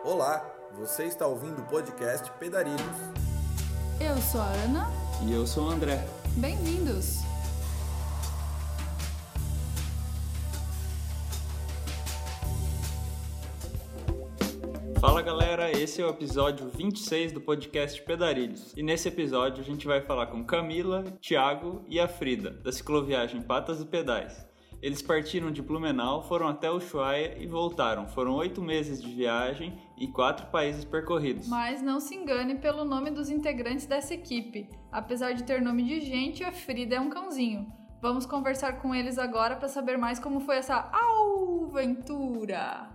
Olá, você está ouvindo o podcast Pedarilhos. Eu sou a Ana. E eu sou o André. Bem-vindos! Fala galera, esse é o episódio 26 do podcast Pedarilhos. E nesse episódio a gente vai falar com Camila, Thiago e a Frida, da cicloviagem Patas e Pedais. Eles partiram de Blumenau, foram até Ushuaia e voltaram. Foram 8 meses de viagem e 4 países percorridos. Mas não se engane pelo nome dos integrantes dessa equipe. Apesar de ter nome de gente, a Frida é um cãozinho. Vamos conversar com eles agora para saber mais como foi essa aventura.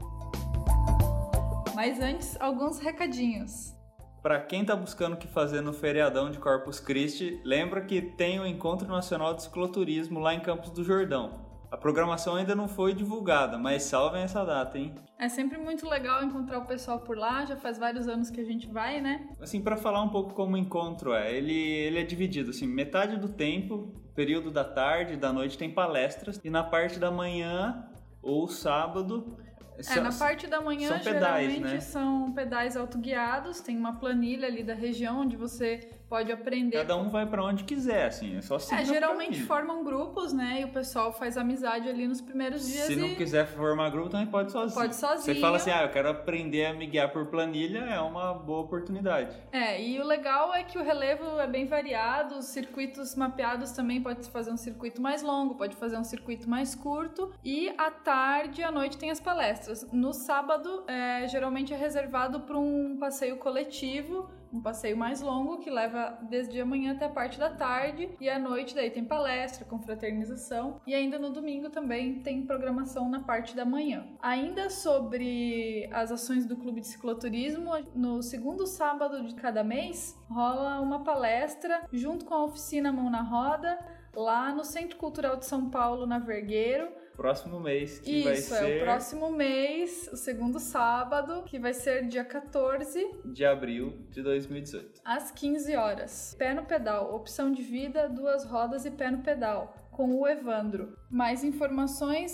Mas antes, alguns recadinhos. Para quem tá buscando o que fazer no feriadão de Corpus Christi, lembra que tem o Encontro Nacional de Cicloturismo lá em Campos do Jordão. A programação ainda não foi divulgada, mas salvem essa data, hein? É sempre muito legal encontrar o pessoal por lá, já faz vários anos que a gente vai, né? Assim, para falar um pouco como o encontro ele é dividido, assim, metade do tempo, período da tarde e da noite tem palestras, e na parte da manhã ou sábado... na parte da manhã, são pedais, geralmente, né? São pedais autoguiados, tem uma planilha ali da região onde você pode aprender. Cada um vai pra onde quiser, assim, é só seguir. Geralmente formam grupos, né? E o pessoal faz amizade ali nos primeiros dias. Se não quiser formar grupo, também pode sozinho. Pode sozinho. Você fala assim, eu quero aprender a me guiar por planilha, é uma boa oportunidade. E o legal é que o relevo é bem variado, os circuitos mapeados também, pode fazer um circuito mais longo, pode fazer um circuito mais curto, e à tarde e à noite tem as palestras. No sábado, geralmente é reservado para um passeio coletivo, um passeio mais longo que leva desde a manhã até a parte da tarde, e à noite daí tem palestra, confraternização, e ainda no domingo também tem programação na parte da manhã. Ainda sobre as ações do Clube de Cicloturismo, no segundo sábado de cada mês rola uma palestra junto com a oficina Mão na Roda lá no Centro Cultural de São Paulo, na Vergueiro. Próximo mês, que Isso, vai ser... o próximo mês, o segundo sábado, que vai ser dia 14 de abril de 2018. Às 15 horas. Pé no pedal, opção de vida, 2 rodas e pé no pedal, com o Evandro. Mais informações,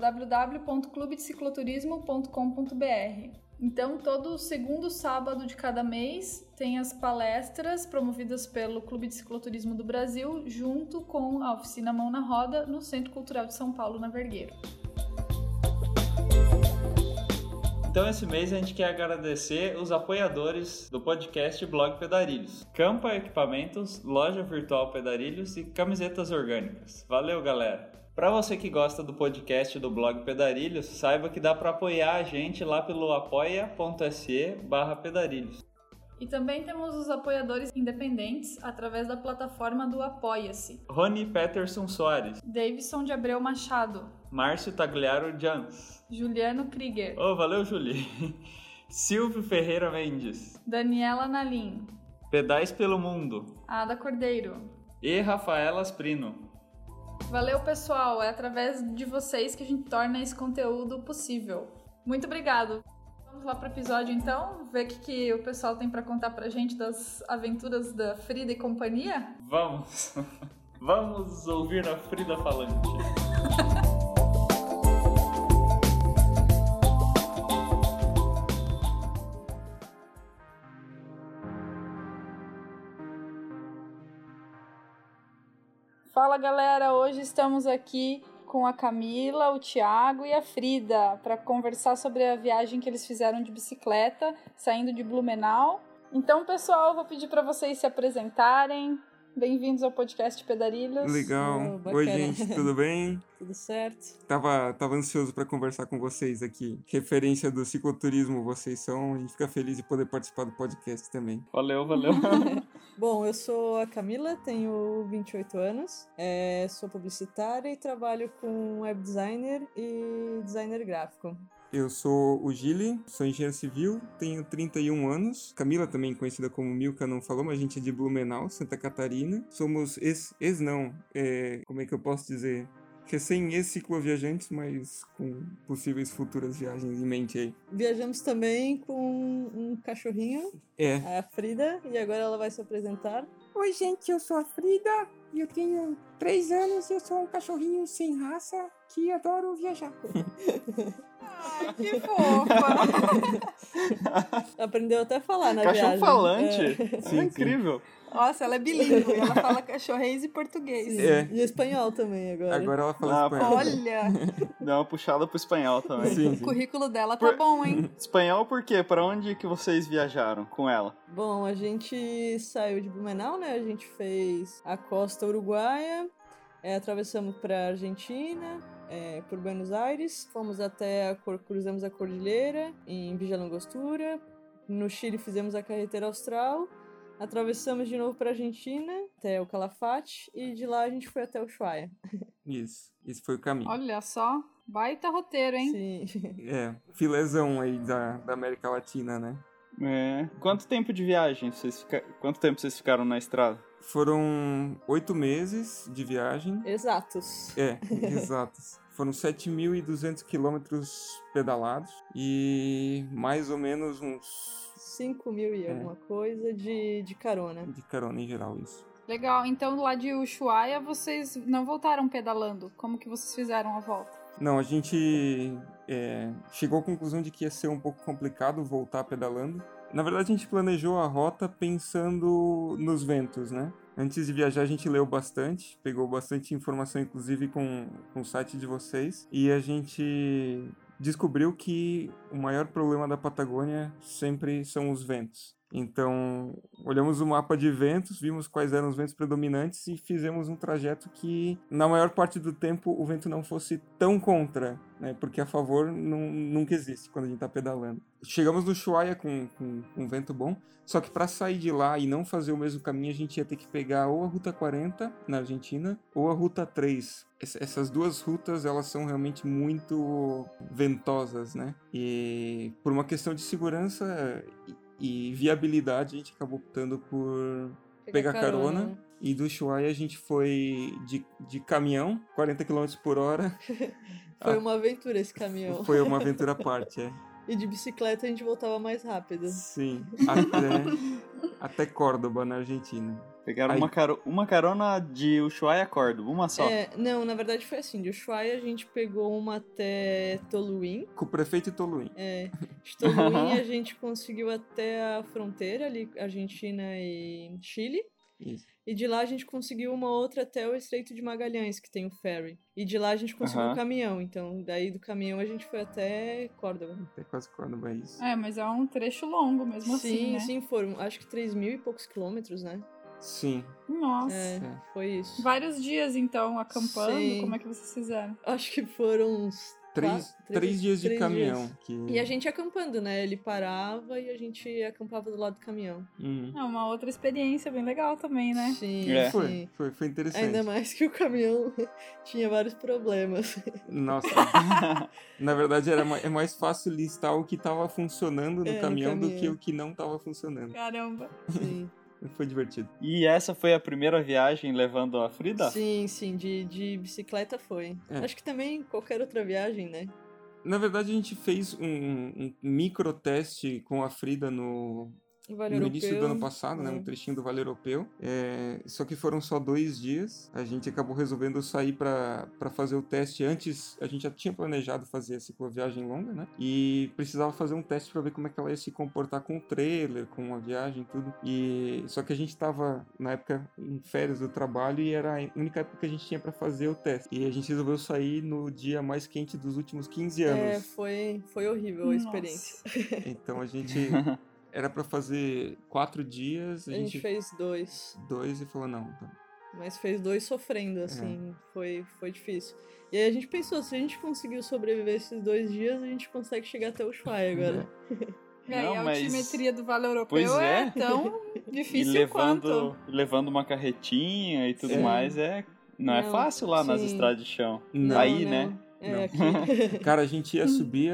www.clubedecicloturismo.com.br. Então, todo segundo sábado de cada mês tem as palestras promovidas pelo Clube de Cicloturismo do Brasil, junto com a oficina Mão na Roda, no Centro Cultural de São Paulo, na Vergueiro. Então, esse mês a gente quer agradecer os apoiadores do podcast Blog Pedarilhos. Campa Equipamentos, Loja Virtual Pedarilhos e Camisetas Orgânicas. Valeu, galera! Para você que gosta do podcast do blog Pedarilhos, saiba que dá para apoiar a gente lá pelo apoia.se/pedarilhos. E também temos os apoiadores independentes através da plataforma do Apoia-se. Rony Peterson Soares, Davidson de Abreu Machado, Márcio Tagliaro Jans, Juliano Krieger, valeu Juli, Silvio Ferreira Mendes, Daniela Nalim, Pedais pelo Mundo, Ada Cordeiro e Rafaela Asprino. Valeu, pessoal! É através de vocês que a gente torna esse conteúdo possível. Muito obrigado! Vamos lá pro episódio, então? Ver o que o pessoal tem para contar pra gente das aventuras da Frida e companhia? Vamos! Vamos ouvir a Frida falante. Fala, galera! Hoje estamos aqui com a Camila, o Thiago e a Frida para conversar sobre a viagem que eles fizeram de bicicleta, saindo de Blumenau. Então, pessoal, vou pedir para vocês se apresentarem. Bem-vindos ao podcast Pedarilhos. Legal. Oi, gente, tudo bem? Tudo certo. Tava ansioso para conversar com vocês aqui. Referência do cicloturismo vocês são. A gente fica feliz de poder participar do podcast também. Valeu. Bom, eu sou a Camila, tenho 28 anos, sou publicitária e trabalho com web designer e designer gráfico. Eu sou o Gili, sou engenheiro civil, tenho 31 anos. Camila, também conhecida como Milka, não falou, mas a gente é de Blumenau, Santa Catarina. Somos como é que eu posso dizer? Recém-cicloviajantes, mas com possíveis futuras viagens em mente aí. Viajamos também com um cachorrinho, a Frida, e agora ela vai se apresentar. Oi, gente, eu sou a Frida e eu tenho 3 anos e eu sou um cachorrinho sem raça que adoro viajar. Ai, que fofa. Aprendeu até a falar na Cachorro viagem. falante. É. Isso é incrível. Nossa, ela é bilíngue. Ela fala cachorrês e português. Sim. É. E espanhol também agora. Agora ela fala espanhol. Olha, Dá uma puxada pro espanhol também. Sim, o sim. currículo dela tá bom, hein? Espanhol por quê? Pra onde que vocês viajaram com ela? Bom, a gente saiu de Blumenau, né? A gente fez a costa uruguaia, atravessamos pra Argentina, por Buenos Aires, fomos cruzamos a cordilheira em Villa Langostura, no Chile fizemos a carretera austral, atravessamos de novo pra Argentina, até o Calafate, e de lá a gente foi até o Ushuaia. Isso, esse foi o caminho. Olha só, baita roteiro, hein? Sim. Filézão aí da América Latina, né? Quanto tempo de viagem? Quanto tempo vocês ficaram na estrada? Foram 8 meses de viagem. Exatos. Exatos. Foram 7.200 quilômetros pedalados e mais ou menos uns 5.000 e alguma coisa de carona. de carona em geral, isso. Legal, então lá de Ushuaia vocês não voltaram pedalando? Como que vocês fizeram a volta? Não, a gente chegou à conclusão de que ia ser um pouco complicado voltar pedalando. Na verdade, a gente planejou a rota pensando nos ventos, né? Antes de viajar, a gente leu bastante, pegou bastante informação, inclusive com o site de vocês, e a gente descobriu que o maior problema da Patagônia sempre são os ventos. Então, olhamos o mapa de ventos, vimos quais eram os ventos predominantes e fizemos um trajeto que, na maior parte do tempo, o vento não fosse tão contra, né? Porque a favor nunca existe quando a gente está pedalando. Chegamos no Ushuaia com vento bom, só que para sair de lá e não fazer o mesmo caminho, a gente ia ter que pegar ou a Ruta 40, na Argentina, ou a Ruta 3. Essas duas rutas, elas são realmente muito ventosas, né? E por uma questão de segurança e viabilidade, a gente acabou optando por pegar carona. E do Ushuaia a gente foi de caminhão, 40 km por hora. Foi uma aventura esse caminhão. Foi uma aventura à parte, E de bicicleta a gente voltava mais rápido. Sim, até Córdoba, na Argentina. Pegaram uma carona de Ushuaia a Córdoba, uma só. Não, na verdade foi assim, de Ushuaia a gente pegou uma até Toluín. Com o prefeito de Toluín. De Toluín a gente conseguiu até a fronteira ali, Argentina e Chile. Isso. E de lá a gente conseguiu uma outra até o Estreito de Magalhães, que tem o ferry. E de lá a gente conseguiu um caminhão. Então, daí do caminhão a gente foi até Córdoba. Até quase Córdoba, é isso. Mas é um trecho longo mesmo assim, né? Sim, foram acho que 3.000 e poucos quilômetros, né? Sim. Nossa. Foi isso. Vários dias, então, acampando? Sim. Como é que vocês fizeram? Acho que foram uns... Três dias de caminhão. E a gente acampando, né? Ele parava e a gente acampava do lado do caminhão. É uma outra experiência bem legal também, né? Sim, sim. Foi interessante. Ainda mais que o caminhão tinha vários problemas. Nossa. Na verdade, é mais fácil listar o que estava funcionando no caminhão do que o que não estava funcionando. Caramba. Sim. Foi divertido. E essa foi a primeira viagem levando a Frida? Sim, de bicicleta foi. Acho que também qualquer outra viagem, né? Na verdade, a gente fez um micro teste com a Frida no início do ano passado, né? Um trechinho do Vale Europeu. Só que foram só 2 dias. A gente acabou resolvendo sair para fazer o teste antes. A gente já tinha planejado fazer a cicloviagem longa, né? E precisava fazer um teste para ver como é que ela ia se comportar com o trailer, com a viagem e tudo. Só que a gente estava, na época, em férias do trabalho e era a única época que a gente tinha para fazer o teste. E a gente resolveu sair no dia mais quente dos últimos 15 anos. Foi horrível a experiência. Então a gente... Era pra fazer 4 dias. A gente fez 2. 2 e falou, não. Tá. Mas fez 2 sofrendo, assim. Foi difícil. E aí a gente pensou, se a gente conseguiu sobreviver esses 2 dias, a gente consegue chegar até o Ushuaia agora. E a altimetria do Vale Europeu pois é tão difícil quanto. Levando uma carretinha e tudo mais, não é fácil lá nas estradas de chão. Não, aí, não. né? Aqui. Cara, a gente ia subir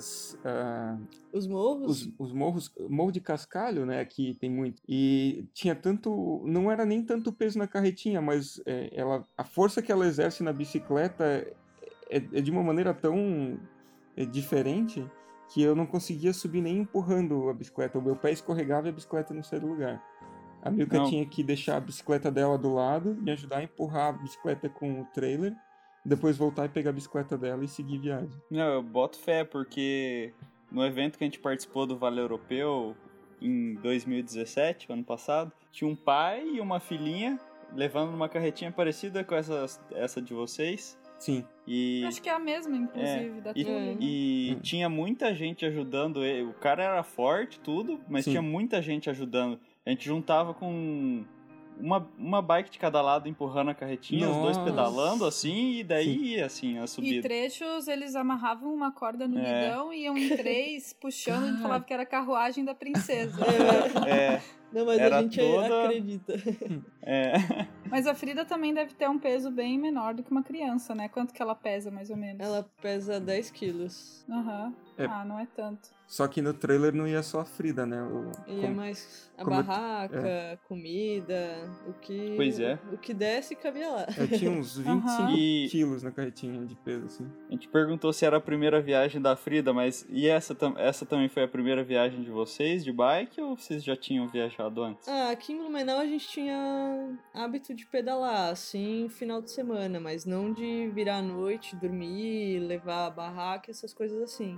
os morros? Os morros, morro de cascalho, né? Aqui tem muito. E tinha tanto... Não era nem tanto peso na carretinha, mas a força que ela exerce na bicicleta é de uma maneira tão diferente que eu não conseguia subir nem empurrando a bicicleta. O meu pé escorregava e a bicicleta não saía do lugar. A Milka tinha que deixar a bicicleta dela do lado, me ajudar a empurrar a bicicleta com o trailer. depois voltar e pegar a bicicleta dela e seguir viagem. Não, eu boto fé, porque no evento que a gente participou do Vale Europeu em 2017, ano passado, tinha um pai e uma filhinha levando uma carretinha parecida com essa de vocês. Sim. E Acho que é a mesma, inclusive, da trilha. E tinha muita gente ajudando ele. O cara era forte, tudo, mas Sim. tinha muita gente ajudando. A gente juntava com uma bike de cada lado empurrando a carretinha, os dois Nossa. pedalando assim, e daí Sim. ia assim a E subida. trechos, eles amarravam uma corda no guidão e iam em 3 puxando, a gente falava que era a carruagem da princesa. Não, mas Era a gente toda- acredita. É. Mas a Frida também deve ter um peso bem menor do que uma criança, né? Quanto que ela pesa, mais ou menos? Ela pesa 10 quilos. Aham. É. Ah, não é tanto. Só que no trailer não ia só a Frida, né? E é mais a como eu- barraca, comida, Pois é. o que desce cabia lá. Tinha uns 25 Aham. quilos na carretinha de peso, assim. A gente perguntou se era a primeira viagem da Frida, mas e essa também foi a primeira viagem de vocês de bike ou vocês já tinham viajado antes? Aqui em Blumenau a gente tinha hábito de pedalar, assim, final de semana, mas não de virar à noite, dormir, levar a barraca, essas coisas assim.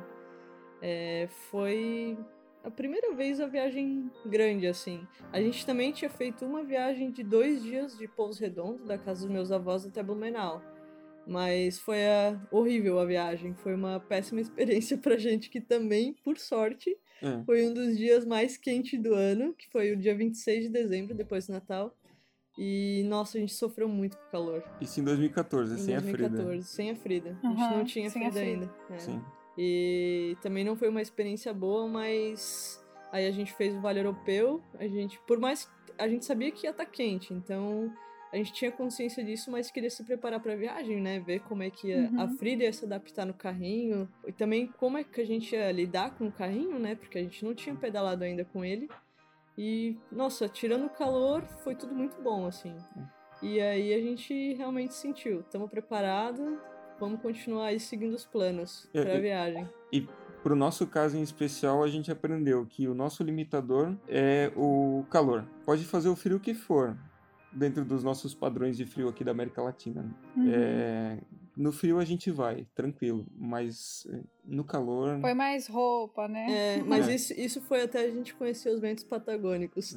Foi a primeira vez a viagem grande, assim. A gente também tinha feito uma viagem de 2 dias de Pouso Redondo, da casa dos meus avós até Blumenau. Mas foi horrível a viagem, foi uma péssima experiência pra gente, que também, por sorte, foi um dos dias mais quentes do ano, que foi o dia 26 de dezembro, depois do Natal. E, nossa, a gente sofreu muito com o calor. Isso em 2014, Em sem a 2014, Frida. sem a Frida. A gente Aham, não tinha sem a Frida Frida. ainda. Sim. E também não foi uma experiência boa, mas aí a gente fez o Vale Europeu. Por mais a gente sabia que ia estar quente, então a gente tinha consciência disso, mas queria se preparar para a viagem, né? Ver como é que a Frida ia se adaptar no carrinho e também como é que a gente ia lidar com o carrinho, né? Porque a gente não tinha pedalado ainda com ele. E, nossa, tirando o calor, foi tudo muito bom, assim. E aí a gente realmente sentiu, estamos preparados, vamos continuar aí seguindo os planos para a viagem. E pro nosso caso em especial, a gente aprendeu que o nosso limitador é o calor. Pode fazer o frio que for, dentro dos nossos padrões de frio aqui da América Latina. No frio a gente vai, tranquilo, mas no calor... Foi mais roupa, né? Mas isso foi até a gente conhecer os ventos patagônicos.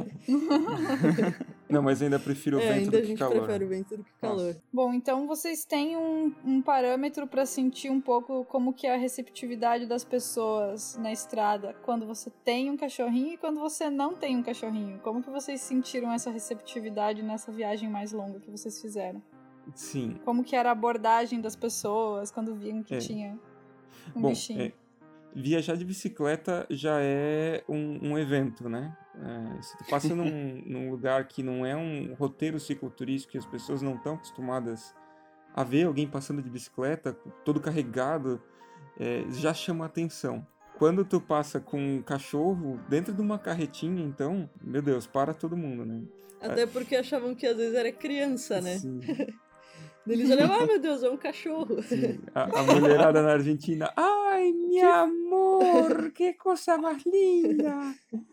Não, mas ainda prefiro o vento ainda do a que gente calor. prefere o vento do que calor. Bom, então vocês têm um parâmetro para sentir um pouco como que é a receptividade das pessoas na estrada quando você tem um cachorrinho e quando você não tem um cachorrinho. Como que vocês sentiram essa receptividade nessa viagem mais longa que vocês fizeram? Sim. Como que era a abordagem das pessoas quando viam que tinha um bichinho? Viajar de bicicleta já é um evento, né? Se tu passa num lugar que não é um roteiro cicloturístico e as pessoas não estão acostumadas a ver alguém passando de bicicleta, todo carregado, já chama atenção. Quando tu passa com um cachorro dentro de uma carretinha, então, meu Deus, para todo mundo, né? Até porque achavam que às vezes era criança, né? Sim. Eles olhavam, meu Deus, é um cachorro. Sim. A mulherada na Argentina, ai, meu amor, que coisa mais linda!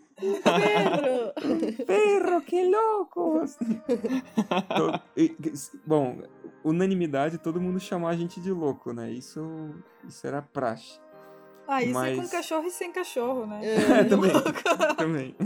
Perro, que loucos! Bom, unanimidade, todo mundo chamar a gente de louco, né? Isso era praxe. Isso é com cachorro e sem cachorro, né? Também.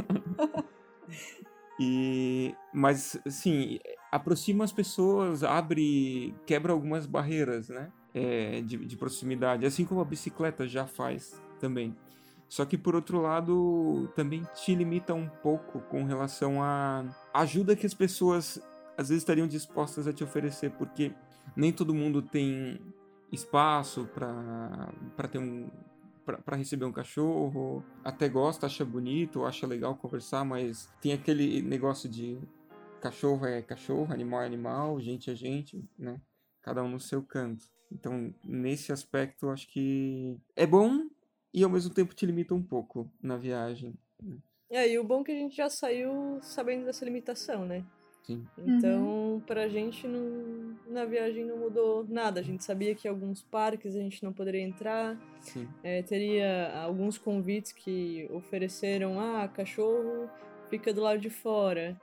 Mas, assim, aproxima as pessoas, quebra algumas barreiras, né? De proximidade, assim como a bicicleta já faz também. Só que, por outro lado, também te limita um pouco com relação à ajuda que as pessoas, às vezes, estariam dispostas a te oferecer, porque nem todo mundo tem espaço para ter para receber um cachorro, até gosta, acha bonito, acha legal conversar, mas tem aquele negócio de cachorro é cachorro, animal é animal, gente é gente, né? Cada um no seu canto. Então, nesse aspecto, eu acho que é bom e ao mesmo tempo te limita um pouco na viagem. E o bom é que a gente já saiu sabendo dessa limitação, né? Sim. Então, pra gente, na viagem não mudou nada. A gente sabia que alguns parques a gente não poderia entrar. Sim. Teria alguns convites que ofereceram, cachorro fica do lado de fora.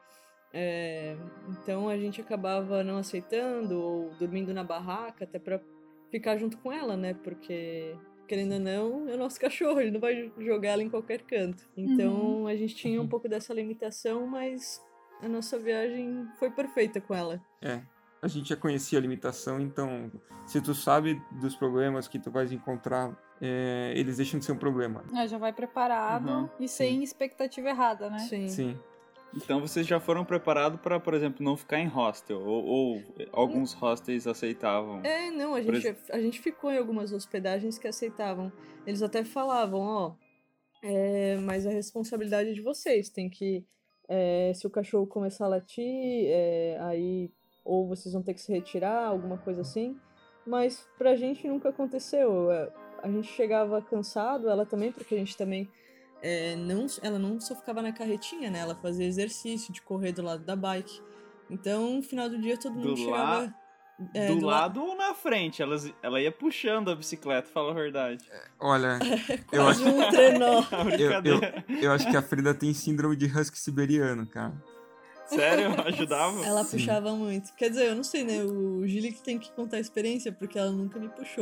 Então a gente acabava não aceitando ou dormindo na barraca até pra ficar junto com ela, né? Porque, querendo ou não, é o nosso cachorro, ele não vai jogar ela em qualquer canto. Então a gente tinha um pouco dessa limitação, mas a nossa viagem foi perfeita com ela. A gente já conhecia a limitação, então se tu sabe dos problemas que tu vais encontrar, eles deixam de ser um problema. Já vai preparado e sem expectativa errada, né? Sim. Então vocês já foram preparados para, por exemplo, não ficar em hostel? Ou alguns hostels aceitavam? Não, a gente ficou em algumas hospedagens que aceitavam. Eles até falavam, mas a responsabilidade é de vocês. Tem que, se o cachorro começar a latir, aí ou vocês vão ter que se retirar, alguma coisa assim. Mas pra gente nunca aconteceu. A gente chegava cansado, ela também, porque a gente também... ela não só ficava na carretinha, né? Ela fazia exercício de correr do lado da bike. Então, no final do dia, todo mundo chegava... do lado ou na frente? Ela ia puxando a bicicleta, fala a verdade. Olha, eu Quase um trenó. eu acho que a Frida tem síndrome de husky siberiano, cara. Sério? Ajudava? Ela puxava muito. Quer dizer, eu não sei, né? O Gili que tem que contar a experiência, porque ela nunca me puxou.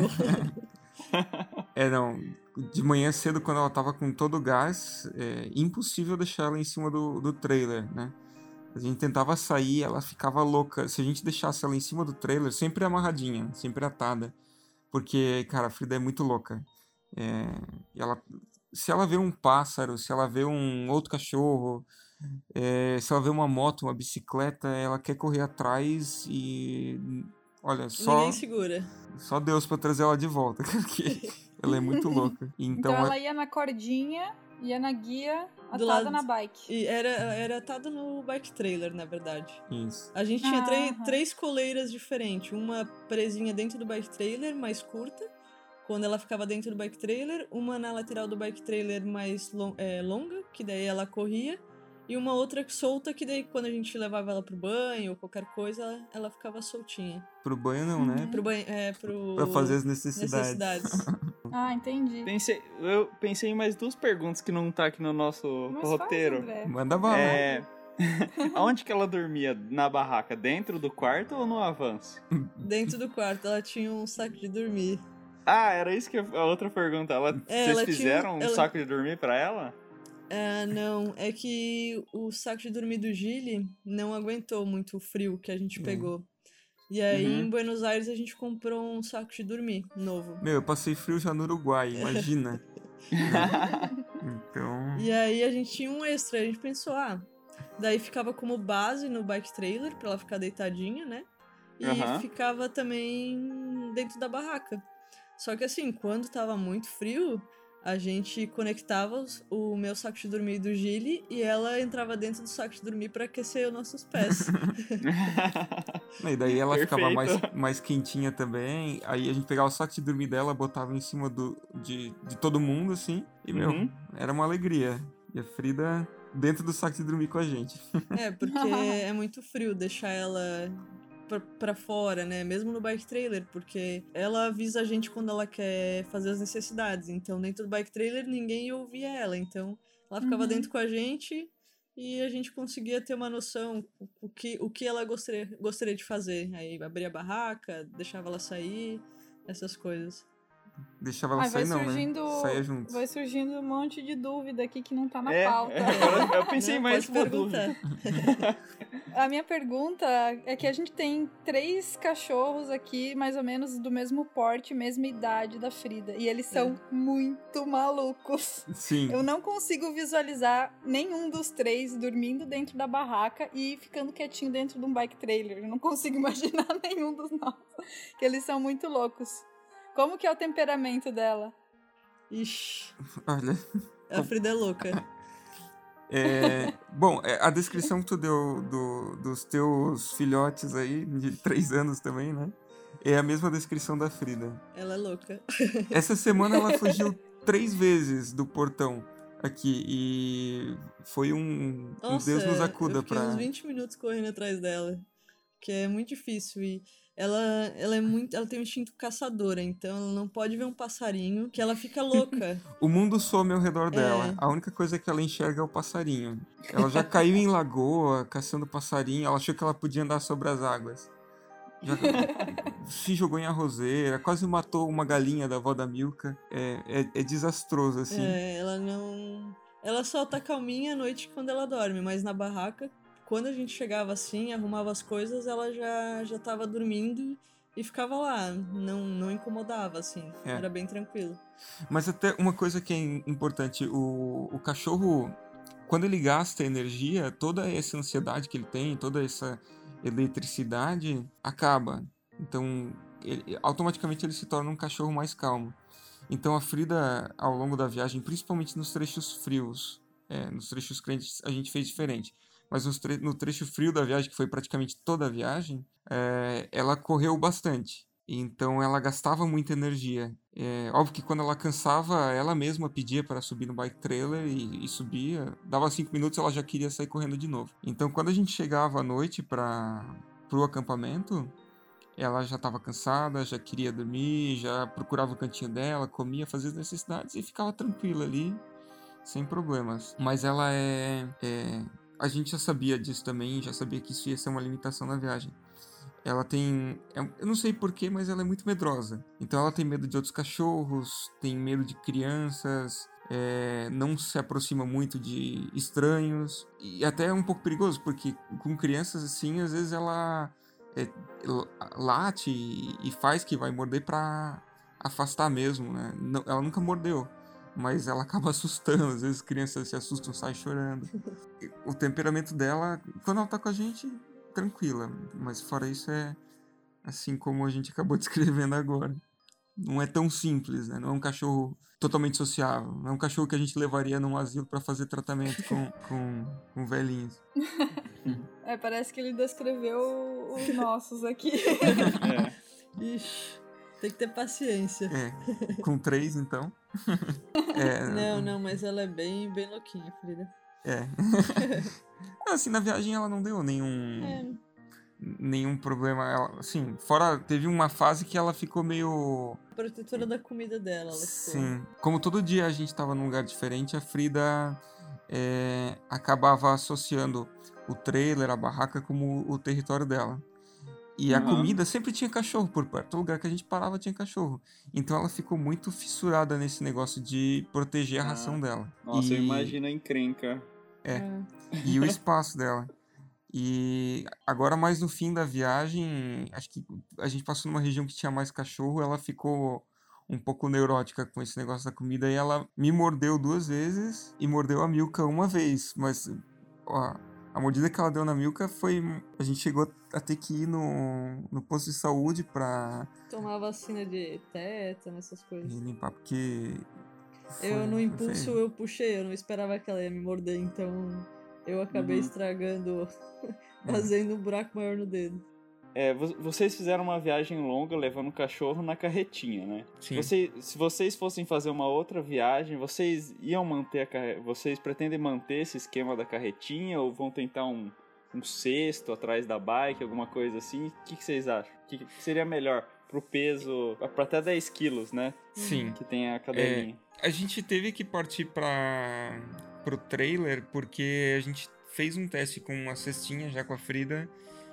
Não. De manhã cedo, quando ela tava com todo o gás, impossível deixar ela em cima do trailer, né? A gente tentava sair, ela ficava louca. Se a gente deixasse ela em cima do trailer, sempre amarradinha, sempre atada. Porque, cara, a Frida é muito louca. Se ela vê um pássaro, se ela vê um outro cachorro, se ela vê uma moto, uma bicicleta, ela quer correr atrás e... Olha, Ninguém segura. Só Deus pra trazer ela de volta, porque ela é muito louca. Então ela ia na cordinha, ia na guia, Do atada lado- na bike. E era atado no bike trailer, na verdade. Isso. A gente tinha três coleiras diferentes. Uma presinha dentro do bike trailer, mais curta, quando ela ficava dentro do bike trailer. Uma na lateral do bike trailer mais longa, que daí ela corria. E uma outra solta, que daí quando a gente levava ela pro banho ou qualquer coisa, ela ficava soltinha. Pro banho não, né? Pro banho, Pra fazer as necessidades. Entendi. Eu pensei em mais duas perguntas que não tá aqui no nosso Mas roteiro. faz, André. Manda bala. Aonde que ela dormia? Na barraca? Dentro do quarto ou no avanço? Dentro do quarto, ela tinha um saco de dormir. Era isso que a outra pergunta. Vocês ela fizeram tinha- um saco de dormir pra ela? Não, é que o saco de dormir do Gili não aguentou muito o frio que a gente pegou. E aí, em Buenos Aires, a gente comprou um saco de dormir novo. Meu, eu passei frio já no Uruguai, imagina. Então... E aí, a gente tinha um extra. A gente pensou, daí ficava como base no bike trailer, pra ela ficar deitadinha, né? E ficava também dentro da barraca. Só que assim, quando tava muito frio... A gente conectava o meu saco de dormir do Gili e ela entrava dentro do saco de dormir pra aquecer os nossos pés. E daí ela ficava Perfeito. mais quentinha também. Aí a gente pegava o saco de dormir dela, botava em cima de todo mundo, assim. E, era uma alegria. E a Frida dentro do saco de dormir com a gente. Porque é muito frio deixar ela pra fora, né? Mesmo no bike trailer, porque ela avisa a gente quando ela quer fazer as necessidades. Então, dentro do bike trailer, ninguém ouvia ela. Então, ela ficava dentro com a gente e a gente conseguia ter uma noção o que ela gostaria de fazer. Aí, abria a barraca, deixava ela sair, essas coisas. Deixava ela sair, não, né? Saia junto. Vai surgindo um monte de dúvida aqui que não tá na É, pauta. agora eu pensei Não, mais pode uma dúvida. perguntar. A minha pergunta é que a gente tem 3 cachorros aqui, mais ou menos do mesmo porte, mesma idade da Frida. E eles são muito malucos. Sim. Eu não consigo visualizar nenhum dos 3 dormindo dentro da barraca e ficando quietinho dentro de um bike trailer. Eu não consigo imaginar nenhum dos nossos. Que eles são muito loucos. Como que é o temperamento dela? Ixi, Olha... a Frida é louca. Bom, a descrição que tu deu dos teus filhotes aí, de 3 anos também, né? É a mesma descrição da Frida. Ela é louca. Essa semana ela fugiu 3 vezes do portão aqui e foi Nossa, Deus nos acuda eu fiquei pra... uns 20 minutos correndo atrás dela, que é muito difícil. E ela tem um instinto caçadora, então ela não pode ver um passarinho que ela fica louca. O mundo some ao redor dela. A única coisa que ela enxerga é o passarinho. Ela já caiu em lagoa, caçando passarinho. Ela achou que ela podia andar sobre as águas. Já se jogou em arrozeira, quase matou uma galinha da avó da Milka. É desastroso, assim. Ela só tá calminha à noite quando ela dorme, mas na barraca, quando a gente chegava assim, arrumava as coisas, ela já tava dormindo e ficava lá, não incomodava, assim, era bem tranquilo. Mas até uma coisa que é importante, o cachorro, quando ele gasta energia, toda essa ansiedade que ele tem, toda essa eletricidade, acaba. Então, automaticamente ele se torna um cachorro mais calmo. Então a Frida, ao longo da viagem, principalmente nos trechos frios, nos trechos quentes a gente fez diferente, mas no trecho frio da viagem, que foi praticamente toda a viagem, ela correu bastante. Então ela gastava muita energia. Óbvio que quando ela cansava, ela mesma pedia para subir no bike trailer e subia. Dava 5 minutos, ela já queria sair correndo de novo. Então quando a gente chegava à noite para o acampamento, ela já estava cansada, já queria dormir, já procurava o cantinho dela, comia, fazia as necessidades e ficava tranquila ali, sem problemas. Mas ela a gente já sabia disso também, já sabia que isso ia ser uma limitação na viagem. Ela tem... eu não sei porquê, mas ela é muito medrosa. Então ela tem medo de outros cachorros, tem medo de crianças, não se aproxima muito de estranhos. E até é um pouco perigoso, porque com crianças assim, às vezes ela late e faz que vai morder pra afastar mesmo, né? Não, ela nunca mordeu, mas ela acaba assustando. Às vezes as crianças se assustam, saem chorando. O temperamento dela, quando ela tá com a gente, tranquila, mas fora isso é assim como a gente acabou descrevendo agora. Não é tão simples, né? Não é um cachorro totalmente sociável. Não é um cachorro que a gente levaria num asilo para fazer tratamento com velhinhos. Parece que ele descreveu os nossos aqui. Ixi, tem que ter paciência. Com 3, então. Não, mas ela é bem, bem louquinha, Frida. Assim, na viagem ela não deu nenhum problema. Ela, assim, fora, teve uma fase que ela ficou meio... protetora da comida dela, ela ficou. Sim. Como todo dia a gente tava num lugar diferente, a Frida acabava associando o trailer, a barraca, como o território dela. E a comida sempre tinha cachorro por perto. Todo lugar que a gente parava tinha cachorro. Então ela ficou muito fissurada nesse negócio de proteger a ração dela. Nossa, eu imagino a encrenca. E o espaço dela. E agora, mais no fim da viagem, acho que a gente passou numa região que tinha mais cachorro, ela ficou um pouco neurótica com esse negócio da comida, e ela me mordeu 2 vezes e mordeu a Milka uma vez, mas a mordida que ela deu na Milka foi... A gente chegou a ter que ir no posto de saúde pra... tomar vacina de tétano, essas coisas. E limpar, porque... No impulso eu puxei, eu não esperava que ela ia me morder, então eu acabei estragando, fazendo um buraco maior no dedo. Vocês fizeram uma viagem longa levando o cachorro na carretinha, né? Sim. Se vocês fossem fazer uma outra viagem, vocês iam manter vocês pretendem manter esse esquema da carretinha ou vão tentar um cesto atrás da bike, alguma coisa assim? O que vocês acham? O que seria melhor pro peso, pra até 10 quilos, né? Sim. Que tem a cadelinha. A gente teve que partir pro trailer porque a gente fez um teste com uma cestinha já com a Frida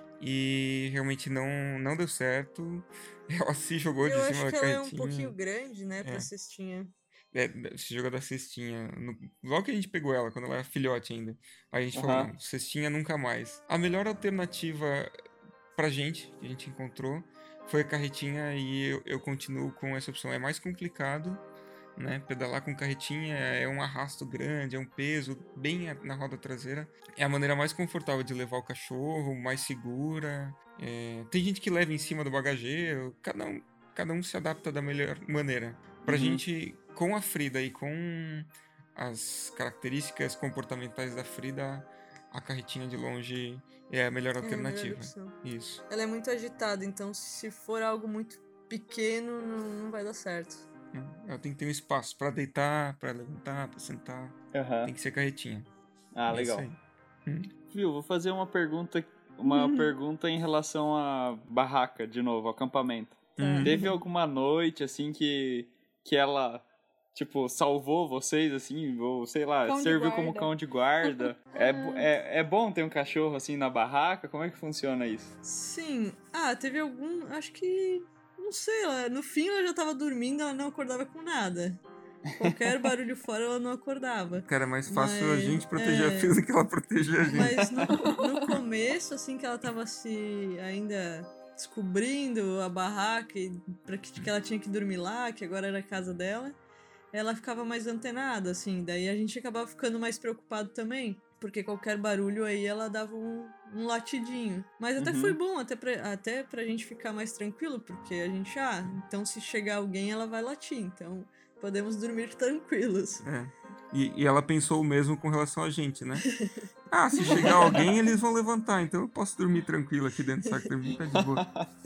e realmente não deu certo. Ela se jogou de cima da carretinha. Eu acho que ela é um pouquinho grande, né, pra cestinha. Se jogou da cestinha. Logo que a gente pegou ela, quando ela era filhote ainda. Aí a gente falou, não, cestinha nunca mais. A melhor alternativa pra gente, que a gente encontrou, foi a carretinha, e eu continuo com essa opção. É mais complicado, né? Pedalar com carretinha é um arrasto grande, é um peso bem na roda traseira. É a maneira mais confortável de levar o cachorro, mais segura. Tem gente que leva em cima do bagageiro. Cada um se adapta da melhor maneira. Pra gente, com a Frida e com as características comportamentais da Frida, a carretinha de longe é a melhor alternativa. Isso. Ela é muito agitada, então se for algo muito pequeno, não vai dar certo. Ela tem que ter um espaço pra deitar, pra levantar, pra sentar. Tem que ser carretinha. Legal. Isso aí. Viu, vou fazer uma pergunta uma pergunta em relação à barraca, de novo, ao acampamento. Teve alguma noite, assim, que ela, tipo, salvou vocês, assim, ou sei lá, Cão de serviu guarda. como cão de guarda? É bom ter um cachorro, assim, na barraca? Como é que funciona isso? Sim. Teve algum. Acho que. Não sei, no fim ela já tava dormindo, ela não acordava com nada. Qualquer barulho fora ela não acordava. Cara, é mais fácil a Mas, gente proteger a Frida que ela proteger a gente. Mas no começo, assim, que ela tava se ainda descobrindo a barraca e que ela tinha que dormir lá, que agora era a casa dela, ela ficava mais antenada, assim. Daí a gente acabava ficando mais preocupado também, porque qualquer barulho aí ela dava um latidinho. Mas até foi bom, até pra gente ficar mais tranquilo, porque a gente, então se chegar alguém ela vai latir, então podemos dormir tranquilos. E ela pensou o mesmo com relação a gente, né? Se chegar alguém, eles vão levantar, então eu posso dormir tranquilo aqui dentro do saco, tá de boa.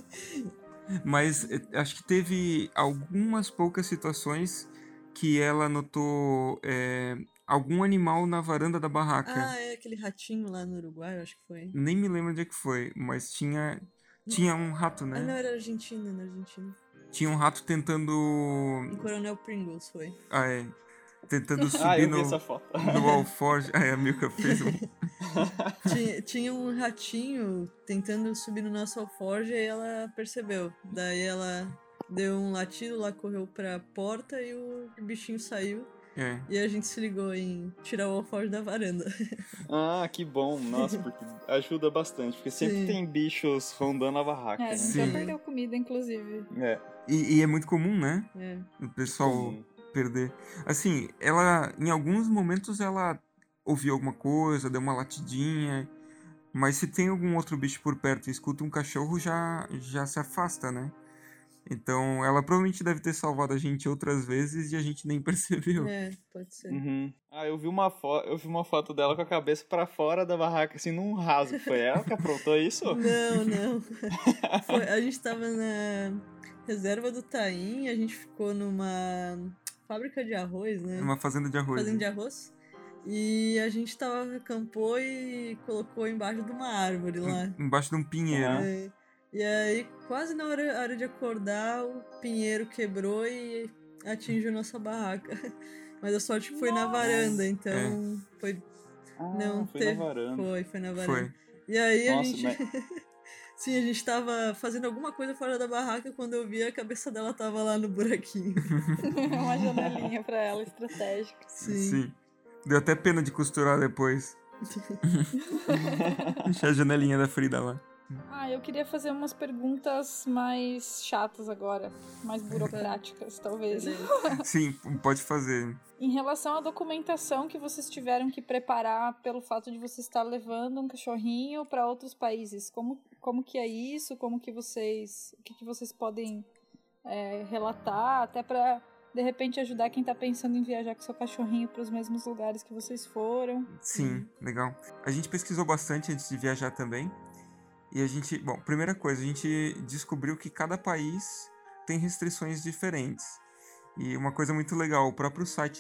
Mas acho que teve algumas poucas situações que ela notou algum animal na varanda da barraca. Aquele ratinho lá no Uruguai, eu acho que foi. Nem me lembro onde é que foi, mas tinha um rato, né? Não, era na Argentina. Tinha um rato tentando... Em Coronel Pringles foi. Tentando subir eu vi essa foto. no alforje. A Milka fez um... Tinha um ratinho tentando subir no nosso alforje e ela percebeu. Daí ela deu um latido lá, correu pra porta e o bichinho saiu. E a gente se ligou em tirar o alforje da varanda. Que bom. Nossa, porque ajuda bastante. Porque sempre tem bichos rondando a barraca, né? Já perdeu comida, inclusive. E é muito comum, né? O pessoal... Sim. Perder. Assim, ela, em alguns momentos, ela ouviu alguma coisa, deu uma latidinha, mas se tem algum outro bicho por perto e escuta um cachorro, já se afasta, né? Então, ela provavelmente deve ter salvado a gente outras vezes e a gente nem percebeu. Pode ser. Eu vi uma foto dela com a cabeça pra fora da barraca, assim, num rasgo. Foi ela que aprontou isso? Não. A gente tava na reserva do Taim, a gente ficou numa... fábrica de arroz, né? Uma fazenda de arroz. Fazenda de arroz. E a gente acampou e colocou embaixo de uma árvore lá. Embaixo de um pinheiro. E aí, quase na hora de acordar, o pinheiro quebrou e atingiu nossa barraca. Mas a sorte que foi na varanda, então foi... Não foi teve... na varanda. Foi na varanda. E aí Nossa, a gente... Sim, a gente tava fazendo alguma coisa fora da barraca quando eu vi a cabeça dela tava lá no buraquinho. Uma janelinha pra ela, estratégica. Sim. Deu até pena de costurar depois. Deixar a janelinha da Frida lá. Eu queria fazer umas perguntas mais chatas agora, mais burocráticas, talvez. Sim, pode fazer. Em relação à documentação que vocês tiveram que preparar pelo fato de você estar levando um cachorrinho para outros países, como que é isso? Como que vocês... O que vocês podem relatar, até para, de repente, ajudar quem tá pensando em viajar com seu cachorrinho para os mesmos lugares que vocês foram? Sim, legal. A gente pesquisou bastante antes de viajar também. E a gente... Bom, primeira coisa, a gente descobriu que cada país tem restrições diferentes. E uma coisa muito legal, o próprio site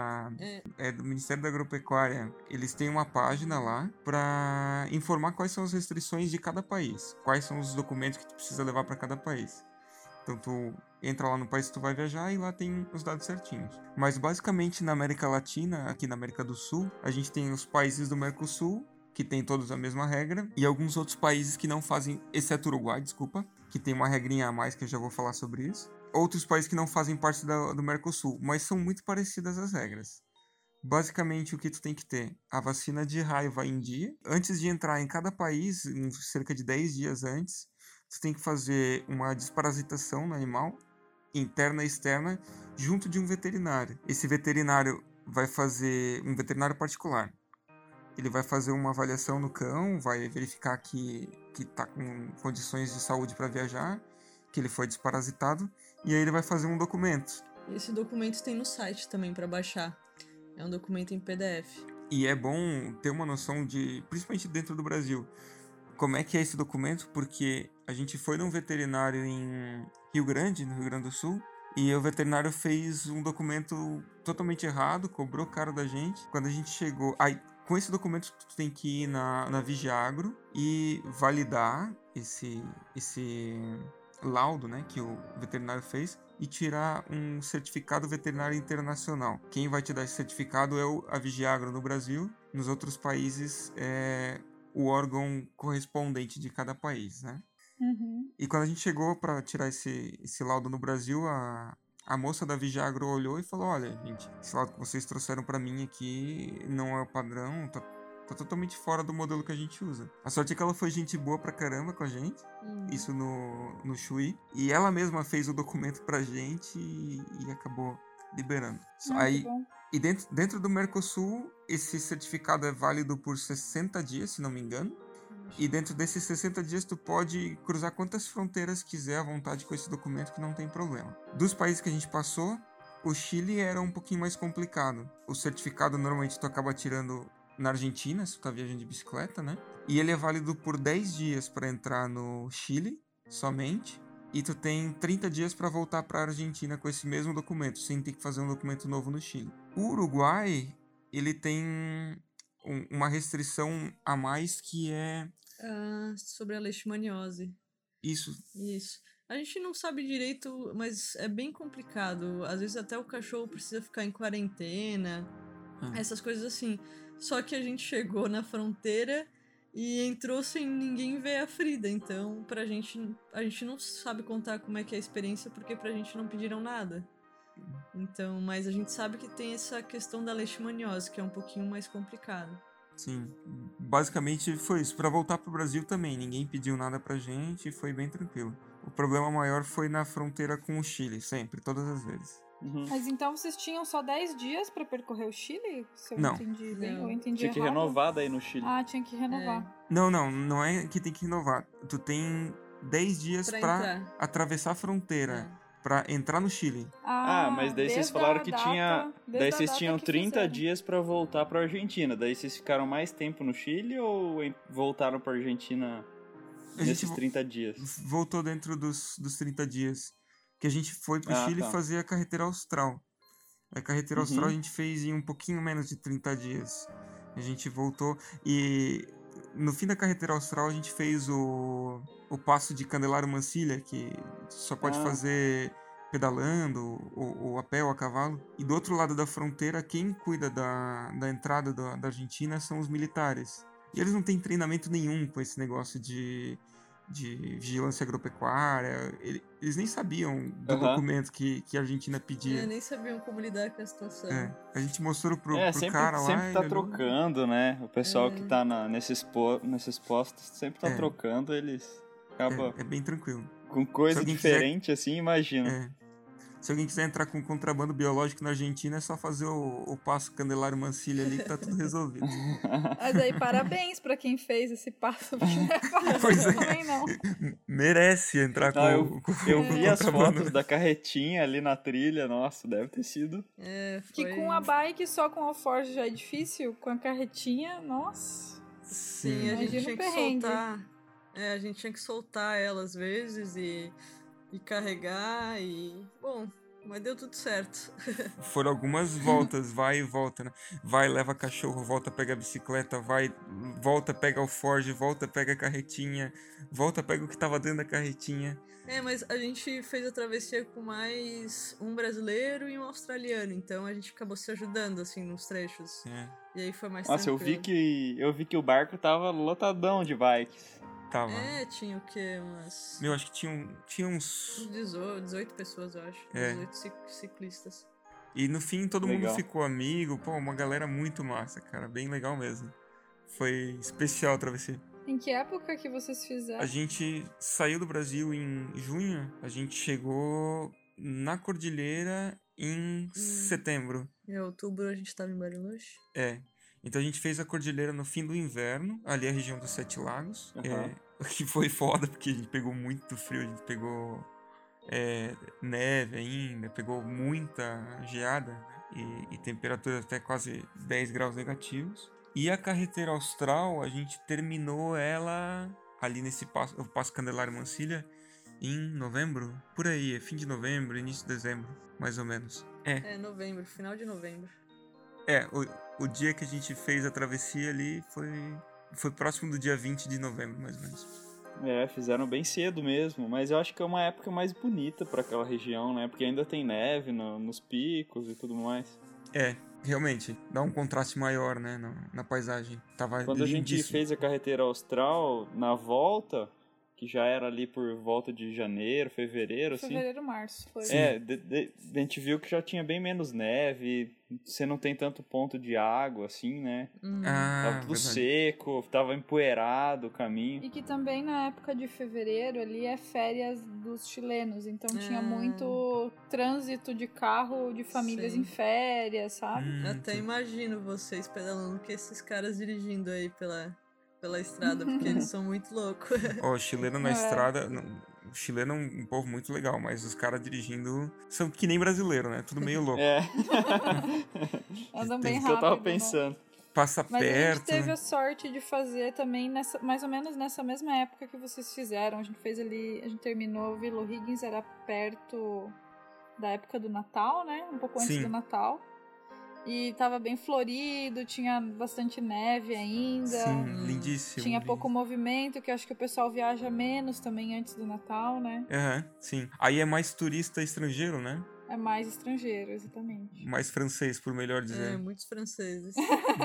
do Ministério da Agropecuária, eles têm uma página lá para informar quais são as restrições de cada país, quais são os documentos que tu precisa levar para cada país. Então tu entra lá no país que tu vai viajar e lá tem os dados certinhos. Mas basicamente na América Latina, aqui na América do Sul, a gente tem os países do Mercosul, que tem todos a mesma regra, e alguns outros países que não fazem, exceto o Uruguai, desculpa, que tem uma regrinha a mais que eu já vou falar sobre isso. Outros países que não fazem parte do Mercosul, mas são muito parecidas as regras. Basicamente, o que tu tem que ter? A vacina de raiva em dia. Antes de entrar em cada país, cerca de 10 dias antes, tu tem que fazer uma desparasitação no animal, interna e externa, junto de um veterinário. Esse veterinário vai fazer um veterinário particular. Ele vai fazer uma avaliação no cão, vai verificar que tá com condições de saúde para viajar, que ele foi desparasitado, e aí ele vai fazer um documento. Esse documento tem no site também para baixar. É um documento em PDF. E é bom ter uma noção de, principalmente dentro do Brasil, como é que é esse documento, porque a gente foi num veterinário em Rio Grande, no Rio Grande do Sul, e o veterinário fez um documento totalmente errado, cobrou caro da gente. Quando a gente chegou... Com esse documento, tu tem que ir na Vigiagro e validar esse laudo, né, que o veterinário fez e tirar um certificado veterinário internacional. Quem vai te dar esse certificado é a Vigiagro no Brasil. Nos outros países é o órgão correspondente de cada país, né? Uhum. E quando a gente chegou para tirar esse laudo no Brasil, a moça da Vigiagro olhou e falou: olha, gente, esse laudo que vocês trouxeram para mim aqui não é o padrão, tá totalmente fora do modelo que a gente usa. A sorte é que ela foi gente boa pra caramba com a gente, isso no Chuí, e ela mesma fez o documento pra gente e acabou liberando. Aí, e dentro do Mercosul, esse certificado é válido por 60 dias, se não me engano. E dentro desses 60 dias tu pode cruzar quantas fronteiras quiser à vontade com esse documento, que não tem problema. Dos países que a gente passou, o Chile era um pouquinho mais complicado. O certificado normalmente tu acaba tirando na Argentina, se tu tá viajando de bicicleta, né? E ele é válido por 10 dias para entrar no Chile, somente. E tu tem 30 dias para voltar para a Argentina com esse mesmo documento, sem ter que fazer um documento novo no Chile. O Uruguai, ele tem uma restrição a mais que é... sobre a leishmaniose. Isso. A gente não sabe direito, mas é bem complicado. Às vezes até o cachorro precisa ficar em quarentena, essas coisas assim. Só que a gente chegou na fronteira e entrou sem ninguém ver a Frida. Então, a gente não sabe contar como é que é a experiência, porque pra gente não pediram nada. Então, mas a gente sabe que tem essa questão da leishmaniose, que é um pouquinho mais complicado. Sim, basicamente foi isso. Pra voltar pro Brasil também, ninguém pediu nada pra gente e foi bem tranquilo. O problema maior foi na fronteira com o Chile, sempre, todas as vezes. Mas então vocês tinham só 10 dias pra percorrer o Chile? Se eu não. entendi bem, eu entendi Tinha que errado. renovar daí no Chile. Ah, tinha que renovar. Não é que tem que renovar. Tu tem 10 dias pra atravessar a fronteira, pra entrar no Chile. Mas daí vocês falaram que daí vocês tinham 30 dias pra voltar pra Argentina. Daí vocês ficaram mais tempo no Chile ou voltaram pra Argentina nesses 30 dias? Voltou dentro dos 30 dias. Que a gente foi pro Chile fazer a carretera austral. A carretera austral a gente fez em um pouquinho menos de 30 dias. A gente voltou e no fim da carretera austral a gente fez o passo de Candelário Mansilla, que só pode fazer pedalando ou a pé ou a cavalo. E do outro lado da fronteira, quem cuida da entrada da Argentina são os militares. E eles não têm treinamento nenhum com esse negócio de vigilância agropecuária. Eles nem sabiam do documento que a Argentina pedia. Nem sabiam como lidar com a situação. A gente mostrou pro sempre, cara lá. Sempre tá trocando, né? O pessoal que tá nesses postos sempre tá trocando, eles acabam... É bem tranquilo. Com coisa diferente, assim, imagina. Se alguém quiser entrar com contrabando biológico na Argentina, é só fazer o passo Candelário Mansilla ali que tá tudo resolvido. Mas aí, parabéns pra quem fez esse passo, porque não é fácil Pois também, não. Merece entrar com eu vi as fotos da carretinha ali na trilha, nossa, deve ter sido. Que com a bike só com alforje já é difícil, com a carretinha, nossa. Sim, a gente tinha que soltar. A gente tinha que soltar ela às vezes e carregar bom, mas deu tudo certo. Foram algumas voltas, vai e volta, né? Vai, leva cachorro, volta, pega a bicicleta, vai, volta, pega o Forge, volta, pega a carretinha, volta, pega o que tava dentro da carretinha. Mas a gente fez a travessia com mais um brasileiro e um australiano, então a gente acabou se ajudando, assim, nos trechos. E aí foi mais tranquilo. Nossa, eu vi que o barco tava lotadão de bikes. Tava. Tinha o quê? Umas... acho que tinha uns... 18 pessoas, eu acho. 18 ciclistas. E no fim todo mundo ficou amigo. Pô, uma galera muito massa, cara. Bem legal mesmo. Foi especial a travessia. Em que época que vocês fizeram? A gente saiu do Brasil em junho. A gente chegou na Cordilheira em setembro. Em outubro a gente tava em Bariloche. Então a gente fez a Cordilheira no fim do inverno, ali a região dos Sete Lagos, que foi foda, porque a gente pegou muito frio, a gente pegou neve ainda, pegou muita geada e temperatura até quase 10 graus negativos. E a carretera austral, a gente terminou ela ali nesse o Passo Candelário Mansilla em novembro, por aí, fim de novembro, início de dezembro, mais ou menos. Novembro, final de novembro. O dia que a gente fez a travessia ali foi próximo do dia 20 de novembro, mais ou menos. Fizeram bem cedo mesmo, mas eu acho que é uma época mais bonita pra aquela região, né? Porque ainda tem neve nos picos e tudo mais. Realmente, dá um contraste maior, né, na paisagem. Tava Quando a gente lindíssimo. fez a carretera austral, na volta, que já era ali por volta de janeiro, fevereiro, assim. Fevereiro, março, foi. A gente viu que já tinha bem menos neve, você não tem tanto ponto de água, assim, né? Tava tudo seco, tava empoeirado o caminho. E que também na época de fevereiro ali é férias dos chilenos, então tinha muito trânsito de carro de famílias em férias, sabe? Até imagino vocês pedalando com esses caras dirigindo aí pela estrada, porque eles são muito loucos. O chileno na estrada... O chileno é um povo muito legal, mas os caras dirigindo são que nem brasileiro, né? Tudo meio louco. Andam bem Isso que rápido. eu tava pensando. Passa Mas perto. a gente teve a sorte de fazer também mais ou menos nessa mesma época que vocês fizeram. A gente fez ali, a gente terminou Vila O'Higgins, era perto da época do Natal, né? Um pouco antes do Natal. E tava bem florido, tinha bastante neve ainda. Sim, lindíssimo. Tinha pouco movimento, que eu acho que o pessoal viaja menos também antes do Natal, né? Sim. Aí é mais turista estrangeiro, né? É mais estrangeiro, exatamente. Mais francês, por melhor dizer. Muitos franceses.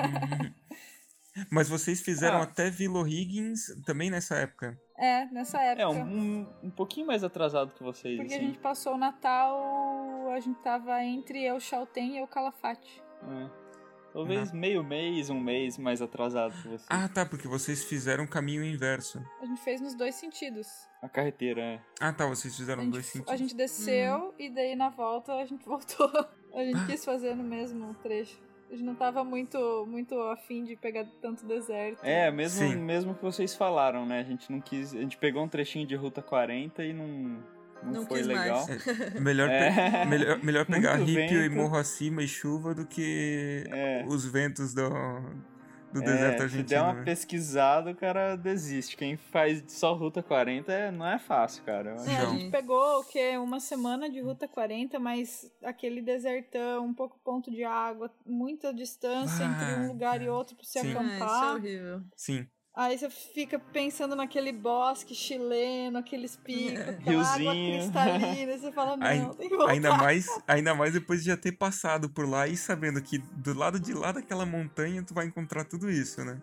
Mas vocês fizeram até Vila O'Higgins também nessa época? Nessa época. Um pouquinho mais atrasado que vocês. Porque assim. a gente passou o Natal, a gente tava entre El Chaltén e El Calafate. Talvez meio mês, um mês mais atrasado que vocês. Tá, porque vocês fizeram o caminho inverso. A gente fez nos dois sentidos. A carreteira, vocês fizeram dois sentidos. A gente desceu e daí na volta a gente voltou. A gente quis fazer no mesmo trecho. A gente não tava muito afim de pegar tanto deserto. Mesmo que vocês falaram, né? A gente não quis. A gente pegou um trechinho de Ruta 40 e não foi legal. Melhor pegar Rípio e vento. Morro Acima e chuva do que os ventos do deserto argentino. Se der uma né? pesquisada, o cara desiste. Quem faz só Ruta 40 não é fácil, cara. A gente pegou uma semana de Ruta 40, mas aquele desertão, um pouco ponto de água, muita distância entre um lugar e outro pra você acampar. Isso é horrível. Sim. Aí você fica pensando naquele bosque chileno, aqueles picos, aquela Riozinho. água cristalina, e você fala, não, tem que voltar. Ainda mais depois de já ter passado por lá e sabendo que do lado de lá daquela montanha tu vai encontrar tudo isso, né?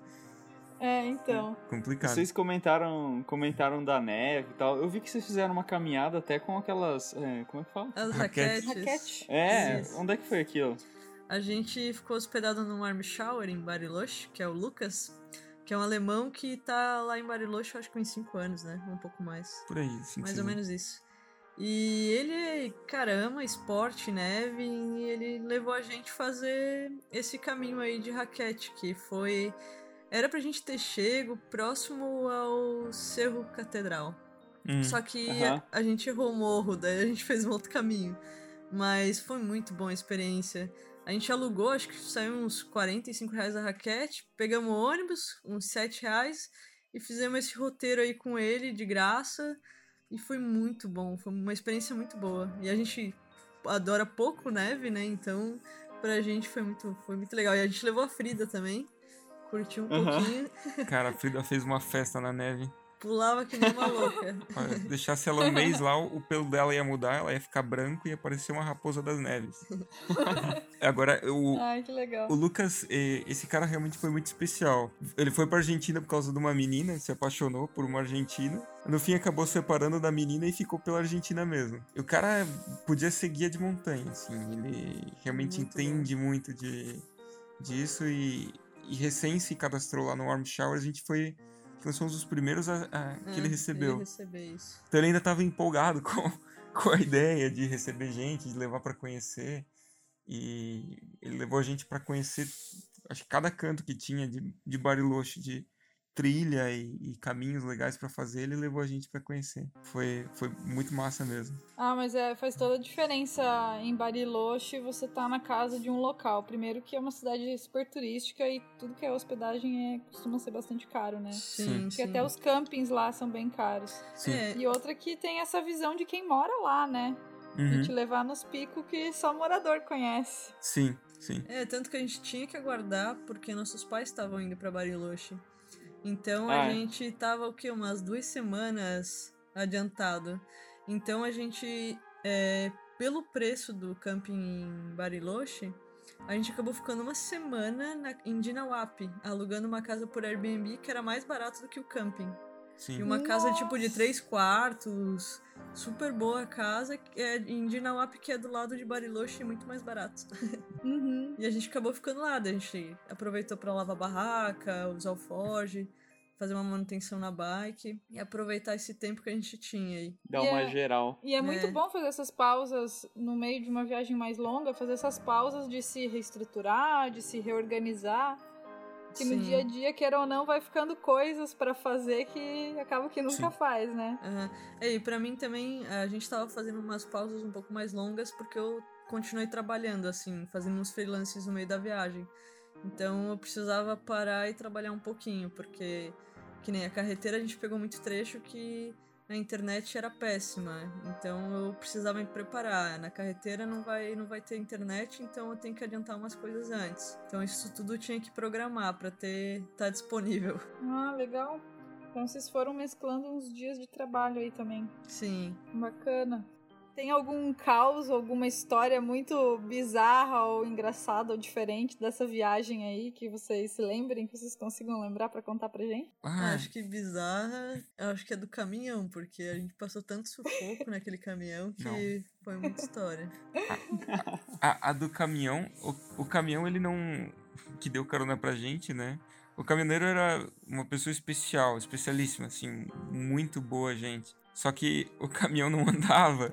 Então. Complicado. Vocês comentaram da neve e tal. Eu vi que vocês fizeram uma caminhada até com aquelas... como é que fala? As Raquete. raquetes. Onde é que foi aquilo? A gente ficou hospedado num Army Shower em Bariloche, que é o Lucas, que é um alemão que tá lá em Bariloche, acho que uns 5 anos, né? Um pouco mais. Por aí, mais ou menos isso. E ele, cara, ama esporte, neve, e ele levou a gente fazer esse caminho aí de raquete, que foi... Era pra gente ter chego próximo ao Cerro Catedral. Só que a gente errou o morro, daí a gente fez um outro caminho. Mas foi muito boa a experiência. A gente alugou, acho que saiu uns R$45 a raquete, pegamos o ônibus, uns R$7, e fizemos esse roteiro aí com ele, de graça, e foi muito bom, foi uma experiência muito boa. E a gente adora pouco neve, né, então pra gente foi muito legal. E a gente levou a Frida também, curtiu um pouquinho. Cara, a Frida fez uma festa na neve. Pulava que nem uma louca. Olha, deixasse ela um mês lá, o pelo dela ia mudar, ela ia ficar branco e ia parecer uma raposa das neves. Agora, Ai, que legal. O Lucas, esse cara realmente foi muito especial. Ele foi pra Argentina por causa de uma menina, se apaixonou por uma argentina. No fim, acabou se separando da menina e ficou pela Argentina mesmo. E o cara podia ser guia de montanha, assim. Ele realmente entende muito disso e recém se cadastrou lá no Warm Shower, a gente foi... Nós fomos os primeiros que ele recebeu. Ele receber isso. Então ele ainda estava empolgado com a ideia de receber gente, de levar para conhecer. E ele levou a gente para conhecer, acho que cada canto que tinha de Bariloche, de trilha e caminhos legais para fazer, ele levou a gente para conhecer. Foi muito massa mesmo. Mas faz toda a diferença em Bariloche você tá na casa de um local. Primeiro que é uma cidade super turística e tudo que é hospedagem costuma ser bastante caro, né? Sim. Porque até os campings lá são bem caros. Sim. E outra que tem essa visão de quem mora lá, né? E te levar nos picos que só morador conhece. Sim. Sim. Tanto que a gente tinha que aguardar porque nossos pais estavam indo pra Bariloche. Então a gente tava, umas 2 semanas adiantado. Então a gente, pelo preço do camping em Bariloche, a gente acabou ficando uma semana em Dinauap, alugando uma casa por Airbnb que era mais barato do que o camping. Sim. E uma casa tipo de 3 quartos, super boa casa, em Dinauap, que é do lado de Bariloche, muito mais barato. Uhum. E a gente acabou ficando lá, a gente aproveitou pra lavar a barraca, usar o forge, fazer uma manutenção na bike e aproveitar esse tempo que a gente tinha aí. Dá uma geral. E é muito bom fazer essas pausas no meio de uma viagem mais longa, fazer essas pausas de se reestruturar, de se reorganizar. Que no dia a dia, queira ou não, vai ficando coisas pra fazer que acaba que nunca faz, né? E pra mim também, a gente tava fazendo umas pausas um pouco mais longas porque eu continuei trabalhando, assim, fazendo uns freelances no meio da viagem. Então eu precisava parar e trabalhar um pouquinho, porque que nem a carreteira a gente pegou muito trecho que a internet era péssima, então eu precisava me preparar. Na carreteira não vai ter internet, então eu tenho que adiantar umas coisas antes. Então isso tudo eu tinha que programar pra tá disponível. Ah, legal. Então vocês foram mesclando uns dias de trabalho aí também. Sim. Bacana. Tem algum caos, alguma história muito bizarra ou engraçada ou diferente dessa viagem aí que vocês se lembrem, que vocês consigam lembrar pra contar pra gente? Acho que bizarra, acho que é do caminhão, porque a gente passou tanto sufoco naquele caminhão que foi muita história. A do caminhão, o caminhão ele não... que deu carona pra gente, né? O caminhoneiro era uma pessoa especialíssima, assim, muito boa gente. Só que o caminhão não andava.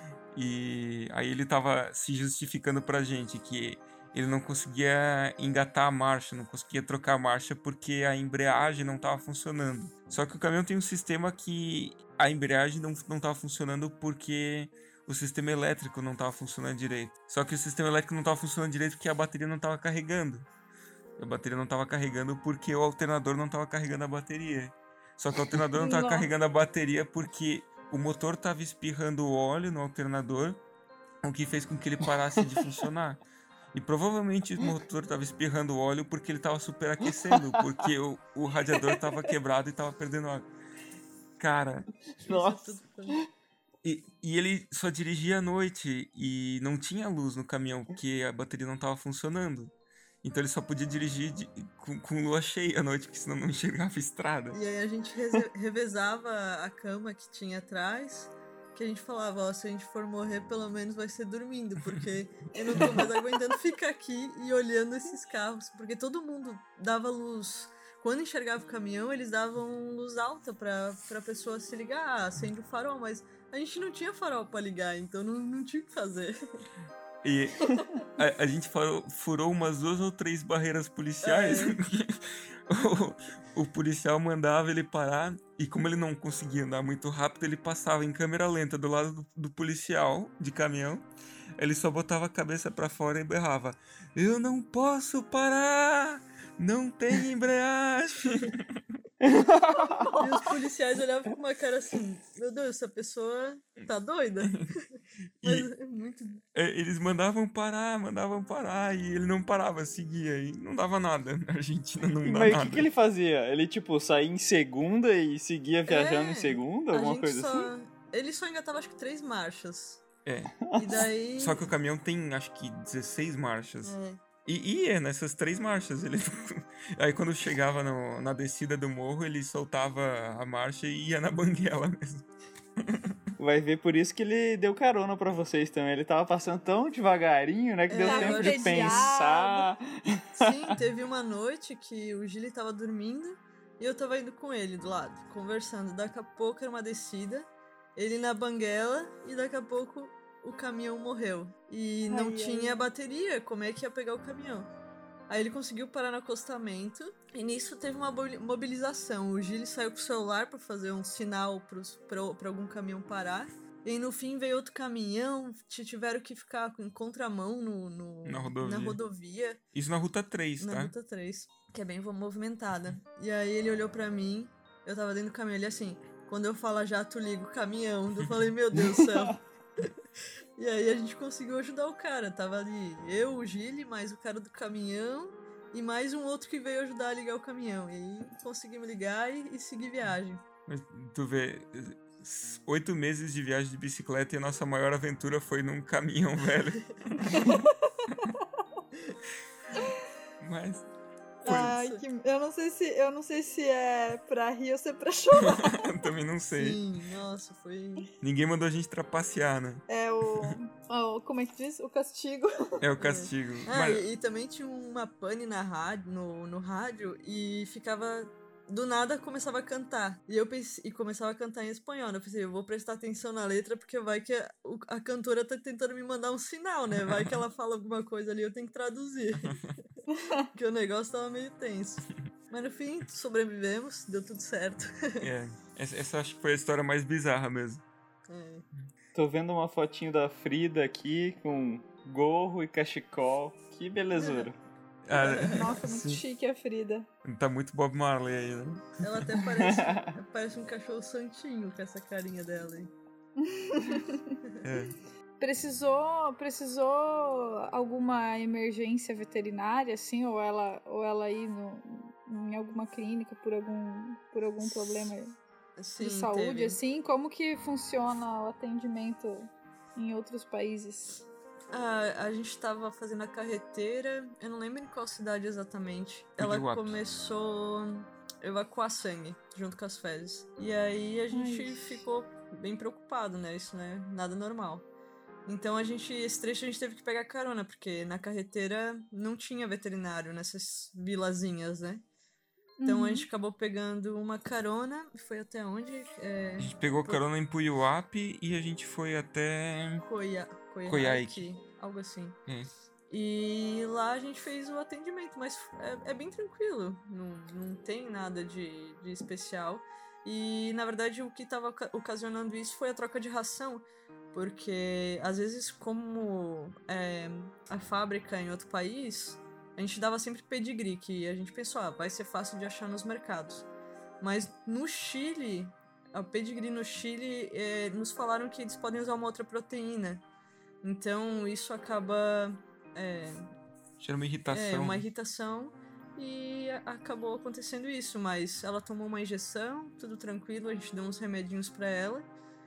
E aí ele tava se justificando pra gente que ele não conseguia engatar a marcha, não conseguia trocar a marcha porque a embreagem não tava funcionando. Só que o caminhão tem um sistema que a embreagem não tava funcionando porque o sistema elétrico não tava funcionando direito. Só que o sistema elétrico não tava funcionando direito porque a bateria não tava carregando. A bateria não tava carregando porque o alternador não tava carregando a bateria. Só que o alternador não tava carregando a bateria porque o motor tava espirrando óleo no alternador, o que fez com que ele parasse de funcionar. E provavelmente o motor tava espirrando óleo porque ele tava superaquecendo, porque o radiador tava quebrado e tava perdendo água. Cara... Nossa! E ele só dirigia à noite e não tinha luz no caminhão porque a bateria não tava funcionando. Então ele só podia dirigir com lua cheia à noite, porque senão não enxergava a estrada. E aí a gente revezava a cama que tinha atrás, que a gente falava, se a gente for morrer, pelo menos vai ser dormindo, porque eu não tô mais aguentando ficar aqui e olhando esses carros, porque todo mundo dava luz. Quando enxergava o caminhão, eles davam luz alta pra pessoa se ligar, acende o farol, mas a gente não tinha farol pra ligar, então não tinha o que fazer. E a gente furou umas 2 ou 3 barreiras policiais. O policial mandava ele parar e como ele não conseguia andar muito rápido, ele passava em câmera lenta do lado do policial de caminhão. Ele só botava a cabeça pra fora e berrava: "Eu não posso parar! Não tem embreagem!" E os policiais olhavam com uma cara assim, meu Deus, essa pessoa tá doida? Mas é muito... Eles mandavam parar, e ele não parava, seguia, e não dava nada. Na Argentina não dá Mas nada. o que ele fazia? Ele, tipo, saía em segunda e seguia viajando em segunda? Alguma coisa assim? Ele só engatava, acho que 3 marchas. E daí... Só que o caminhão tem, acho que 16 marchas. E ia nessas 3 marchas. Aí quando chegava na descida do morro, ele soltava a marcha e ia na banguela mesmo. Vai ver por isso que ele deu carona pra vocês também. Ele tava passando tão devagarinho, né? Que deu tempo de pensar. Sim, teve uma noite que o Gili tava dormindo e eu tava indo com ele do lado, conversando. Daqui a pouco era uma descida, ele na banguela e daqui a pouco o caminhão morreu. E não tinha bateria, como é que ia pegar o caminhão? Aí ele conseguiu parar no acostamento e nisso teve uma mobilização. O Gili saiu com o celular pra fazer um sinal pra algum caminhão parar. E aí, no fim veio outro caminhão, tiveram que ficar em contramão na rodovia. Isso na Ruta 3, tá? Na Ruta 3, que é bem movimentada. E aí ele olhou pra mim, eu tava dentro do caminhão, ele assim, quando eu falo já, tu liga o caminhão. Eu falei, meu Deus do céu. E aí a gente conseguiu ajudar o cara. Tava ali eu, o Gili, mais o cara do caminhão e mais um outro que veio ajudar a ligar o caminhão. E aí conseguimos ligar e seguir viagem. Mas tu vê, 8 meses de viagem de bicicleta e a nossa maior aventura foi num caminhão velho. Mas Ai, eu não sei se é pra rir ou se é pra chorar. também não sei. Sim, nossa, foi... Ninguém mandou a gente trapacear, né? É como é que diz? O castigo. É o castigo. E também tinha uma pane na rádio, no rádio e ficava... Do nada começava a cantar. E eu pensei, e começava a cantar em espanhol. Eu pensei, eu vou prestar atenção na letra, porque vai que a cantora tá tentando me mandar um sinal, né? Vai que ela fala alguma coisa ali, eu tenho que traduzir. Porque o negócio tava meio tenso. Mas no fim, sobrevivemos, deu tudo certo. Essa acho que foi a história mais bizarra mesmo. Tô vendo uma fotinho da Frida aqui com gorro e cachecol. Que belezura. Nossa, muito chique a Frida. Tá muito Bob Marley aí, né? Ela até parece um cachorro santinho com essa carinha dela aí. Precisou alguma emergência veterinária, assim, ou ela ir em alguma clínica por algum problema de saúde, teve. assim? Como que funciona o atendimento em outros países? A gente tava fazendo a carreteira, eu não lembro em qual cidade exatamente. Ela começou a evacuar sangue junto com as fezes. E aí a gente ficou bem preocupado, né? Isso não é nada normal. Então esse trecho a gente teve que pegar carona, porque na carreteira não tinha veterinário nessas vilazinhas, né? Então a gente acabou pegando uma carona e foi até onde? A gente pegou carona em Puyuapi e a gente foi até... Coyhaique, algo assim. E lá a gente fez o atendimento, mas é bem tranquilo, não tem nada de especial. E na verdade o que estava ocasionando isso foi a troca de ração, porque às vezes como a fábrica em outro país, a gente dava sempre pedigree, que a gente pensou, vai ser fácil de achar nos mercados. Mas no Chile, a pedigree no Chile, nos falaram que eles podem usar uma outra proteína. Então isso acaba... Gera uma irritação. Uma irritação e acabou acontecendo isso, mas ela tomou uma injeção, tudo tranquilo, a gente deu uns remedinhos pra ela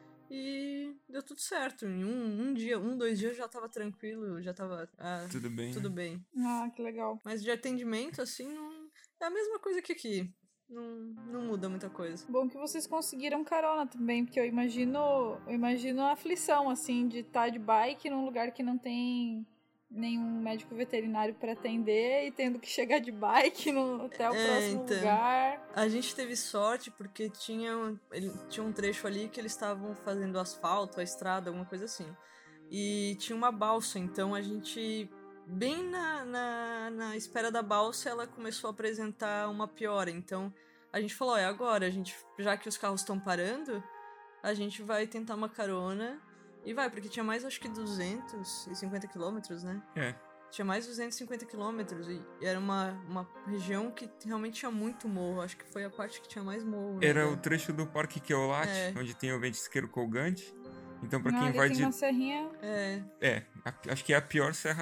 e deu tudo certo. Em 2 dias já tava tranquilo, já tava tudo bem. Ah, que legal. Mas de atendimento, assim, é a mesma coisa que aqui. Não muda muita coisa. Bom que vocês conseguiram carona também, porque eu imagino a aflição, assim, de estar de bike num lugar que não tem nenhum médico veterinário para atender e tendo que chegar de bike até o próximo lugar. A gente teve sorte porque tinha um trecho ali que eles estavam fazendo asfalto, a estrada, alguma coisa assim. E tinha uma balsa, então a gente... Bem na espera da balsa, ela começou a apresentar uma piora. Então, a gente falou, agora, já que os carros estão parando, a gente vai tentar uma carona e vai, porque tinha mais, acho que 250 quilômetros, né? Tinha mais 250 quilômetros e era uma região que realmente tinha muito morro. Acho que foi a parte que tinha mais morro. Era o trecho do Parque Keolate, onde tem o ventisqueiro colgante. Então, pra quem vai de... uma serrinha... acho que é a pior serra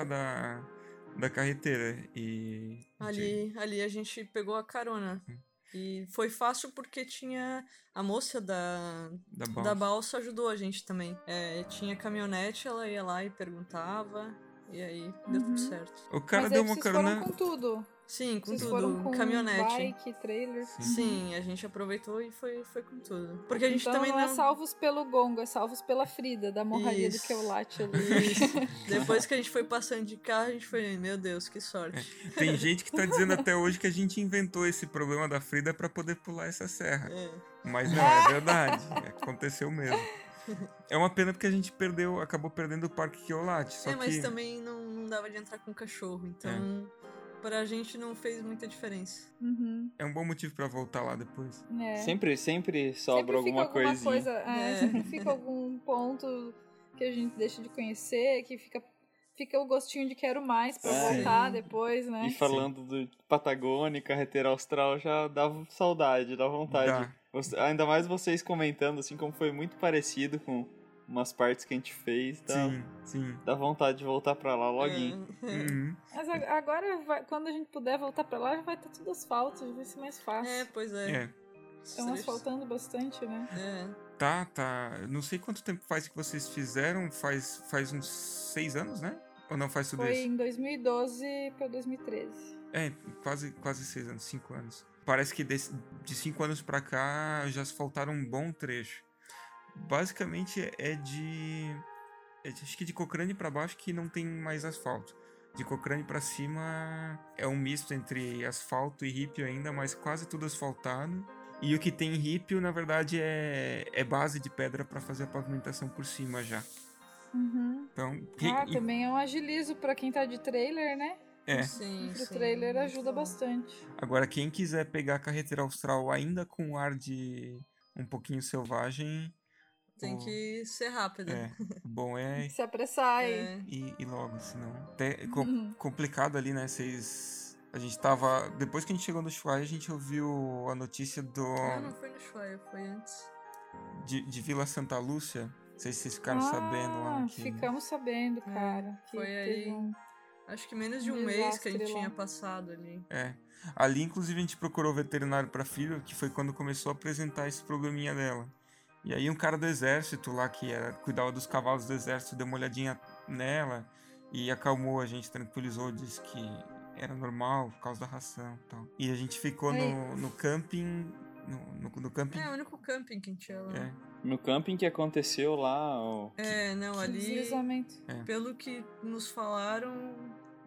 da carreteira. E... Ali a gente pegou a carona. E foi fácil porque tinha... A moça da balsa ajudou a gente também. Tinha caminhonete, ela ia lá e perguntava. E aí, deu tudo certo. O cara deu uma carona... Foram com tudo. Sim, com vocês tudo. Foram com caminhonete. Bike, trailer. Sim, a gente aproveitou e foi com tudo. Porque a gente então também não é salvos pelo gongo, é salvos pela Frida, da morraria do Keolate ali. Isso. Depois que a gente foi passando de carro, a gente foi, meu Deus, que sorte. Tem gente que tá dizendo até hoje que a gente inventou esse problema da Frida pra poder pular essa serra. Mas não, é verdade. Aconteceu mesmo. É uma pena porque a gente acabou perdendo o Parque Keolate. Mas também não dava de entrar com o cachorro, então... Pra gente não fez muita diferença. É um bom motivo pra voltar lá depois. Sempre sobra alguma coisinha. Sempre fica algum ponto que a gente deixa de conhecer, que fica o gostinho de quero mais pra voltar depois, né? E falando do Patagônia, Carreteira Austral, já dá saudade, dá vontade. Ainda mais vocês comentando, assim, como foi muito parecido com umas partes que a gente fez, Sim. dá vontade de voltar pra lá loguinho. Uhum. Mas agora, quando a gente puder voltar pra lá, já vai estar tudo asfalto, já vai ser mais fácil. Pois é. Estão asfaltando bastante, né? Tá. Não sei quanto tempo faz que vocês fizeram, faz uns 6 anos, né? Ou não faz tudo Foi isso? em 2012 pra 2013. Quase 6 anos, 5 anos. Parece que de 5 anos pra cá já asfaltaram um bom trecho. Basicamente acho que de Cochrane pra baixo que não tem mais asfalto. De Cochrane pra cima é um misto entre asfalto e rípio ainda, mas quase tudo asfaltado. E o que tem rípio, na verdade, é base de pedra pra fazer a pavimentação por cima já. Uhum. Então, Também é um agilizo pra quem tá de trailer, né? Sim. Pro trailer ajuda bastante. Agora, quem quiser pegar a carretera austral ainda com ar de um pouquinho selvagem... Tem que ser rápido. Bom Tem que se apressar aí. E logo, senão... Até complicado ali, né? A gente tava... Depois que a gente chegou no Ushuaia, a gente ouviu a notícia Não foi no Ushuaia, foi antes. de Vila Santa Lúcia. Não sei se vocês ficaram sabendo lá. Ficamos sabendo, cara. Que foi aí... Acho que menos de um mês que a gente tinha passado ali. Ali, inclusive, a gente procurou veterinário pra filha, que foi quando começou a apresentar esse probleminha dela. E aí um cara do exército lá, que cuidava dos cavalos do exército, deu uma olhadinha nela e acalmou a gente, tranquilizou, disse que era normal por causa da ração e tal. E a gente ficou no camping... No camping... É o único camping que a gente ia lá. No camping que aconteceu lá... Ali... Deslizamento. Pelo que nos falaram,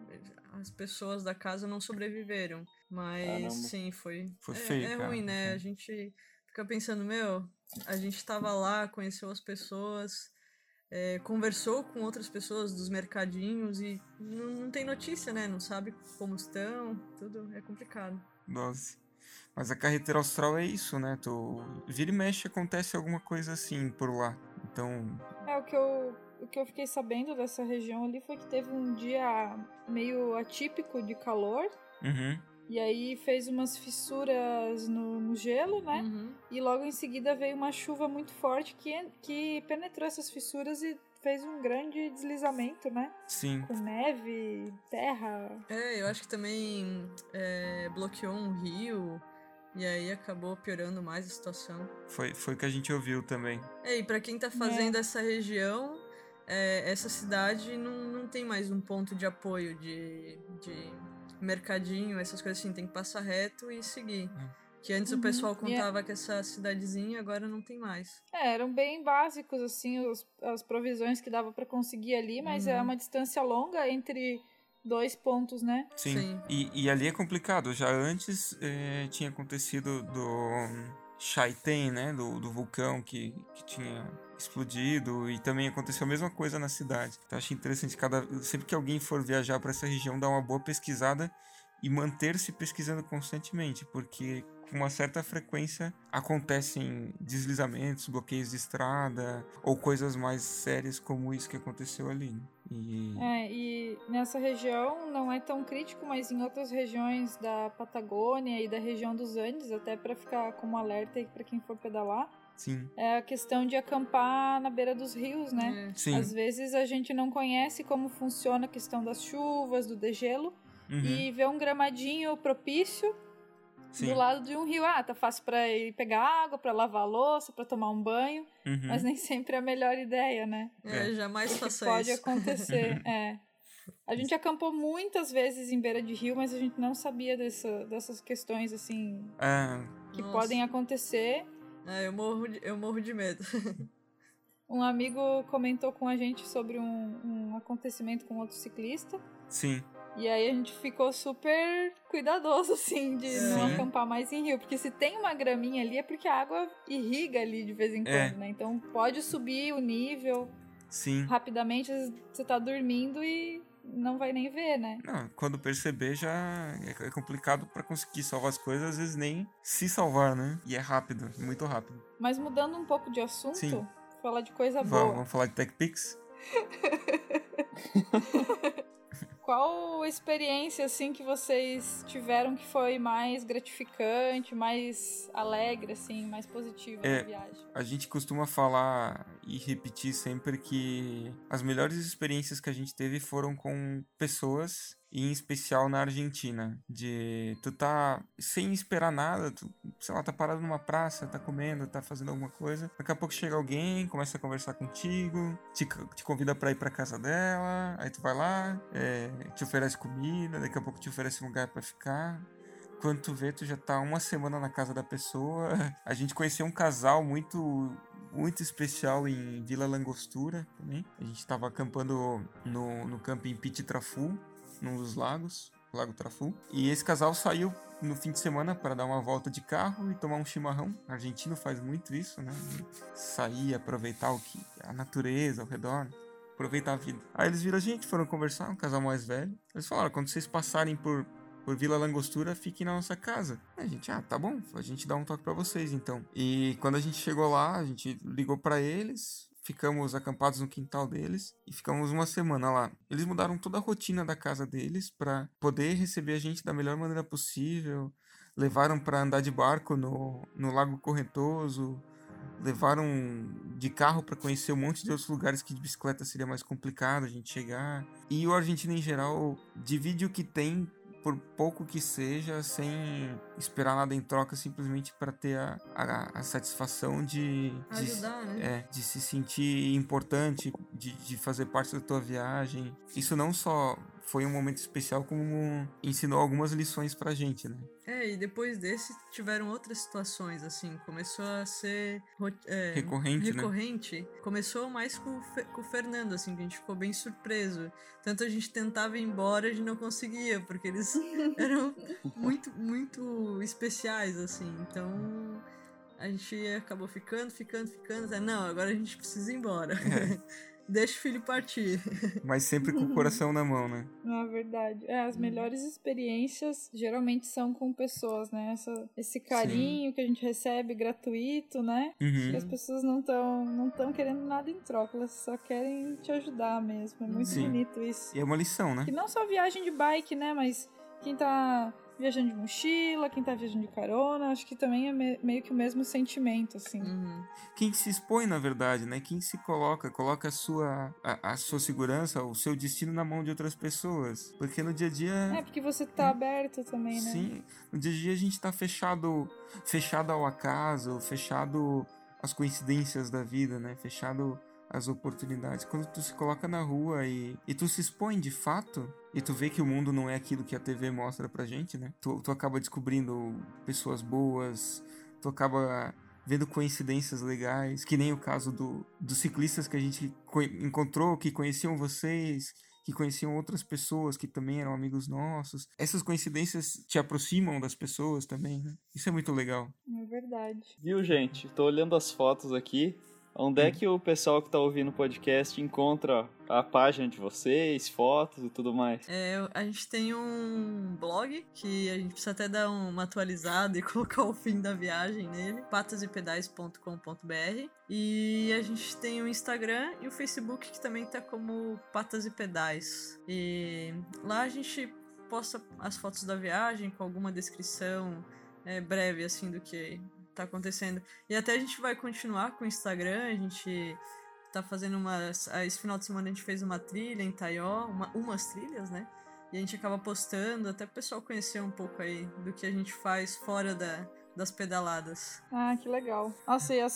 as pessoas da casa não sobreviveram. Mas, Caramba. sim, foi feio, cara. ruim, né? A gente fica pensando, a gente tava lá, conheceu as pessoas, conversou com outras pessoas dos mercadinhos e não tem notícia, né? Não sabe como estão, tudo é complicado. Nossa. Mas a carretera austral é isso, né? Vira e mexe, acontece alguma coisa assim por lá. Então... O que eu fiquei sabendo dessa região ali foi que teve um dia meio atípico de calor. Uhum. E aí fez umas fissuras no gelo, né? Uhum. E logo em seguida veio uma chuva muito forte que penetrou essas fissuras e fez um grande deslizamento, né? Sim. Com neve, terra. Eu acho que também bloqueou um rio e aí acabou piorando mais a situação. Foi o que a gente ouviu também. E pra quem tá fazendo essa região, essa cidade não tem mais um ponto de apoio de mercadinho, essas coisas assim, tem que passar reto e seguir. Que antes o pessoal contava que essa cidadezinha, agora não tem mais. Eram bem básicos, assim, as provisões que dava pra conseguir ali, mas é uma distância longa entre 2 pontos, né? Sim. E ali é complicado. Já antes tinha acontecido do Chaiten, né? Do vulcão que tinha explodido, e também aconteceu a mesma coisa na cidade. Então acho interessante, sempre que alguém for viajar para essa região, dar uma boa pesquisada e manter-se pesquisando constantemente, porque com uma certa frequência acontecem deslizamentos, bloqueios de estrada ou coisas mais sérias como isso que aconteceu ali, né? E nessa região não é tão crítico, mas em outras regiões da Patagônia e da região dos Andes, até para ficar como alerta aí para quem for pedalar, Sim. é a questão de acampar na beira dos rios, né? Sim. Às vezes a gente não conhece como funciona a questão das chuvas, do degelo, e vê um gramadinho propício do lado de um rio. Tá fácil pra ir pegar água, pra lavar a louça, pra tomar um banho, mas nem sempre é a melhor ideia, né? Jamais faça pode isso. Acontecer, A gente acampou muitas vezes em beira de rio, mas a gente não sabia dessas questões, assim, que podem acontecer. Eu morro de medo. Um amigo comentou com a gente sobre um acontecimento com outro ciclista. Sim. E aí a gente ficou super cuidadoso, assim, de não acampar mais em rio. Porque se tem uma graminha ali, é porque a água irriga ali de vez em quando, né? Então pode subir o nível rapidamente. Você tá dormindo e não vai nem ver, né? Não, quando perceber já é complicado pra conseguir salvar as coisas, às vezes nem se salvar, né? E é rápido, muito rápido. Mas mudando um pouco de assunto, falar de coisa boa. Vamos falar de TechPix? Qual experiência, assim, que vocês tiveram que foi mais gratificante, mais alegre, assim, mais positiva na viagem? A gente costuma falar e repetir sempre que as melhores experiências que a gente teve foram com pessoas, e em especial na Argentina, de tu tá sem esperar nada, tu, sei lá, tá parado numa praça, tá comendo, tá fazendo alguma coisa, daqui a pouco chega alguém, começa a conversar contigo, te convida pra ir pra casa dela, aí tu vai lá, te oferece comida, daqui a pouco te oferece um lugar pra ficar. Quando tu vê, tu já tá uma semana na casa da pessoa. A gente conheceu um casal muito especial em Vila Langostura também. A gente tava acampando no camping Pit Trafu, num dos lagos, Lago Trafu. E esse casal saiu no fim de semana para dar uma volta de carro e tomar um chimarrão. O argentino faz muito isso, né? Sair, aproveitar a natureza ao redor, aproveitar a vida. Aí eles viram a gente, foram conversar, um casal mais velho. Eles falaram, quando vocês passarem por Vila Langostura, fiquem na nossa casa. A gente, tá bom, a gente dá um toque pra vocês então. E quando a gente chegou lá, a gente ligou pra eles, ficamos acampados no quintal deles e ficamos uma semana lá. Eles mudaram toda a rotina da casa deles pra poder receber a gente da melhor maneira possível. Levaram pra andar de barco no Lago Correntoso. Levaram de carro para conhecer um monte de outros lugares que de bicicleta seria mais complicado a gente chegar. E o argentino em geral divide o que tem por pouco que seja, sem esperar nada em troca, simplesmente para ter a satisfação de Ajudar, né? de se sentir importante, de fazer parte da tua viagem. Isso não só foi um momento especial, como ensinou algumas lições pra gente, né? E depois desse tiveram outras situações, assim, começou a ser recorrente. Começou mais com o Fernando, assim, que a gente ficou bem surpreso. Tanto a gente tentava ir embora, a gente não conseguia, porque eles eram muito, muito especiais, assim. Então a gente acabou ficando. Não, agora a gente precisa ir embora. Deixa o filho partir. Mas sempre com o coração na mão, né? Na verdade. As melhores experiências geralmente são com pessoas, né? Esse carinho que a gente recebe gratuito, né? Uhum. E as pessoas não estão querendo nada em troca, elas só querem te ajudar mesmo. É muito bonito isso. E é uma lição, né? Que não só viagem de bike, né? Mas quem tá viajando de mochila, quem tá viajando de carona, acho que também é meio que o mesmo sentimento, assim. Uhum. Quem se expõe, na verdade, né? Quem se coloca a sua segurança, o seu destino na mão de outras pessoas. Porque no dia a dia... porque você tá aberto também, né? Sim, no dia a dia a gente tá fechado ao acaso, fechado às coincidências da vida, né? Fechado às oportunidades. Quando tu se coloca na rua e tu se expõe de fato, e tu vê que o mundo não é aquilo que a TV mostra pra gente, né? Tu acaba descobrindo pessoas boas, tu acaba vendo coincidências legais, que nem o caso dos ciclistas que a gente encontrou, que conheciam vocês, que conheciam outras pessoas que também eram amigos nossos. Essas coincidências te aproximam das pessoas também, né? Isso é muito legal. É verdade. Viu, gente? Tô olhando as fotos aqui. Onde é que o pessoal que tá ouvindo o podcast encontra a página de vocês, fotos e tudo mais? A gente tem um blog que a gente precisa até dar uma atualizada e colocar o fim da viagem nele, patasepedais.com.br. E a gente tem o Instagram e o Facebook, que também tá como Patas e Pedais. E lá a gente posta as fotos da viagem com alguma descrição breve, assim, do que tá acontecendo. E até a gente vai continuar com o Instagram, a gente tá fazendo esse final de semana a gente fez uma trilha em Taió, umas trilhas, né? E a gente acaba postando, até o pessoal conhecer um pouco aí do que a gente faz fora das pedaladas. Que legal. Nossa, e as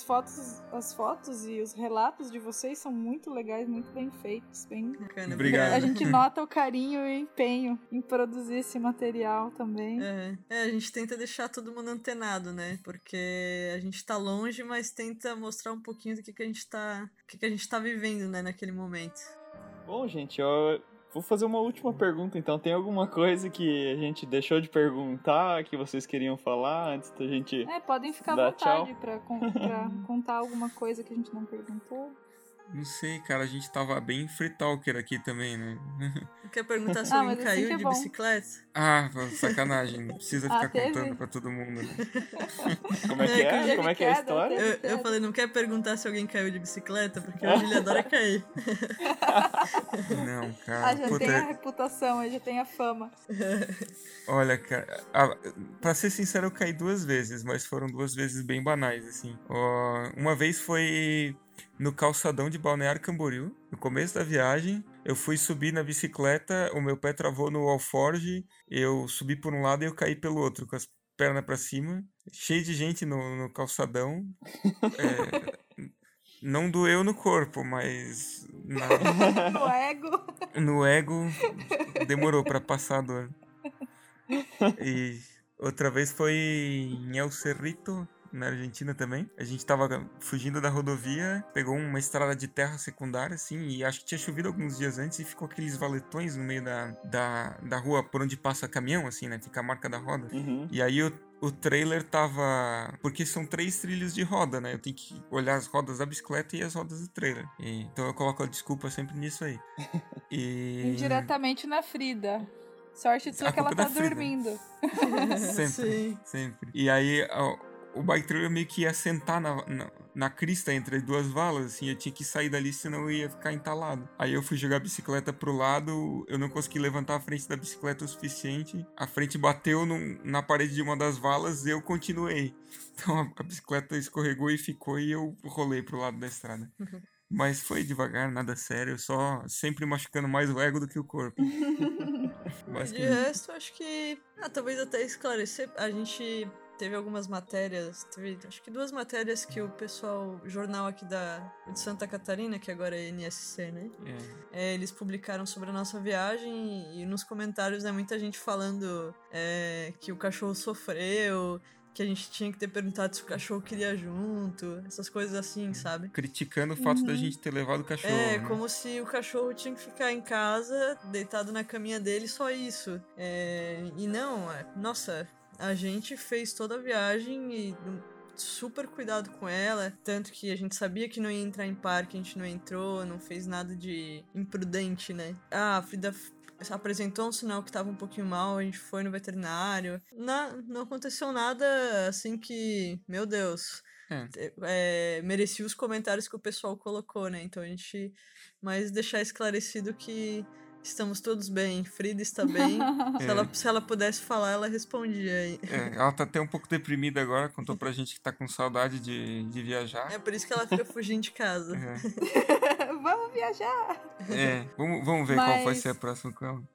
fotos e os relatos de vocês são muito legais, muito bem feitos, bem... Bacana. Obrigado. A gente nota o carinho e o empenho em produzir esse material também. A gente tenta deixar todo mundo antenado, né? Porque a gente tá longe, mas tenta mostrar um pouquinho do que a gente tá vivendo, né, naquele momento. Bom, gente, eu vou fazer uma última pergunta, então. Tem alguma coisa que a gente deixou de perguntar, que vocês queriam falar antes da gente podem ficar à dar vontade tchau? pra contar alguma coisa que a gente não perguntou. Não sei, cara, a gente tava bem free talker aqui também, né? Quer perguntar se Ah, alguém mas assim que caiu é de bom. bicicleta? Ah, sacanagem, não precisa ficar teve? contando pra todo mundo, né? Como é que é? Teve Como é que é a queda, história? teve. Eu falei, não quer perguntar se alguém caiu de bicicleta? Porque hoje ele adora cair. Não, Ah, cara, já puta, tem a reputação, já tem a fama. olha, cara, pra ser sincero, eu caí 2 vezes, mas foram 2 vezes bem banais, assim. Ó, uma vez foi no calçadão de Balneário Camboriú, no começo da viagem. Eu fui subir na bicicleta, o meu pé travou no alforge, eu subi por um lado e eu caí pelo outro, com as pernas pra cima, cheio de gente no calçadão. Não doeu no corpo, mas No ego. no ego demorou pra passar a dor. E outra vez foi em El Cerrito, na Argentina também. A gente tava fugindo da rodovia, pegou uma estrada de terra secundária, assim, e acho que tinha chovido alguns dias antes e ficou aqueles valetões no meio da rua por onde passa caminhão, assim, né? Fica a marca da roda. Uhum. E aí o trailer tava. Porque são 3 trilhos de roda, né? Eu tenho que olhar as rodas da bicicleta e as rodas do trailer. Então eu coloco a desculpa sempre nisso aí. E. Indiretamente na Frida. Sorte tua A que ela culpa é tá da Frida. dormindo. Sempre, Sim. sempre. E aí o bike trailer meio que ia sentar na crista entre as 2 valas, assim, eu tinha que sair dali, senão eu ia ficar entalado. Aí eu fui jogar a bicicleta pro lado, eu não consegui levantar a frente da bicicleta o suficiente, a frente bateu na parede de uma das valas e eu continuei. Então a bicicleta escorregou e ficou e eu rolei pro lado da estrada. Mas foi devagar, nada sério, só sempre machucando mais o ego do que o corpo. De Basicamente. resto, acho que. Talvez até esclarecer. A gente teve algumas matérias. Teve acho que 2 matérias que o pessoal, o jornal aqui de Santa Catarina, que agora é NSC, né? Eles publicaram sobre a nossa viagem e nos comentários, né, muita gente falando que o cachorro sofreu, que a gente tinha que ter perguntado se o cachorro queria junto, essas coisas assim, sabe? Criticando o fato da gente ter levado o cachorro. É, né? como se o cachorro tinha que ficar em casa, deitado na caminha dele, só isso. E não, nossa, a gente fez toda a viagem e super cuidado com ela, tanto que a gente sabia que não ia entrar em parque, a gente não entrou, não fez nada de imprudente, né? A Frida apresentou um sinal que tava um pouquinho mal, a gente foi no veterinário. Não aconteceu nada assim que, meu Deus, merecia os comentários que o pessoal colocou, né? Então a gente mais deixar esclarecido que estamos todos bem, Frida está bem. Se ela pudesse falar, ela respondia aí. Ela tá até um pouco deprimida agora, contou pra gente que tá com saudade de viajar. É por isso que ela fica fugindo de casa. Vamos viajar! Vamos ver qual vai ser a próxima com ela.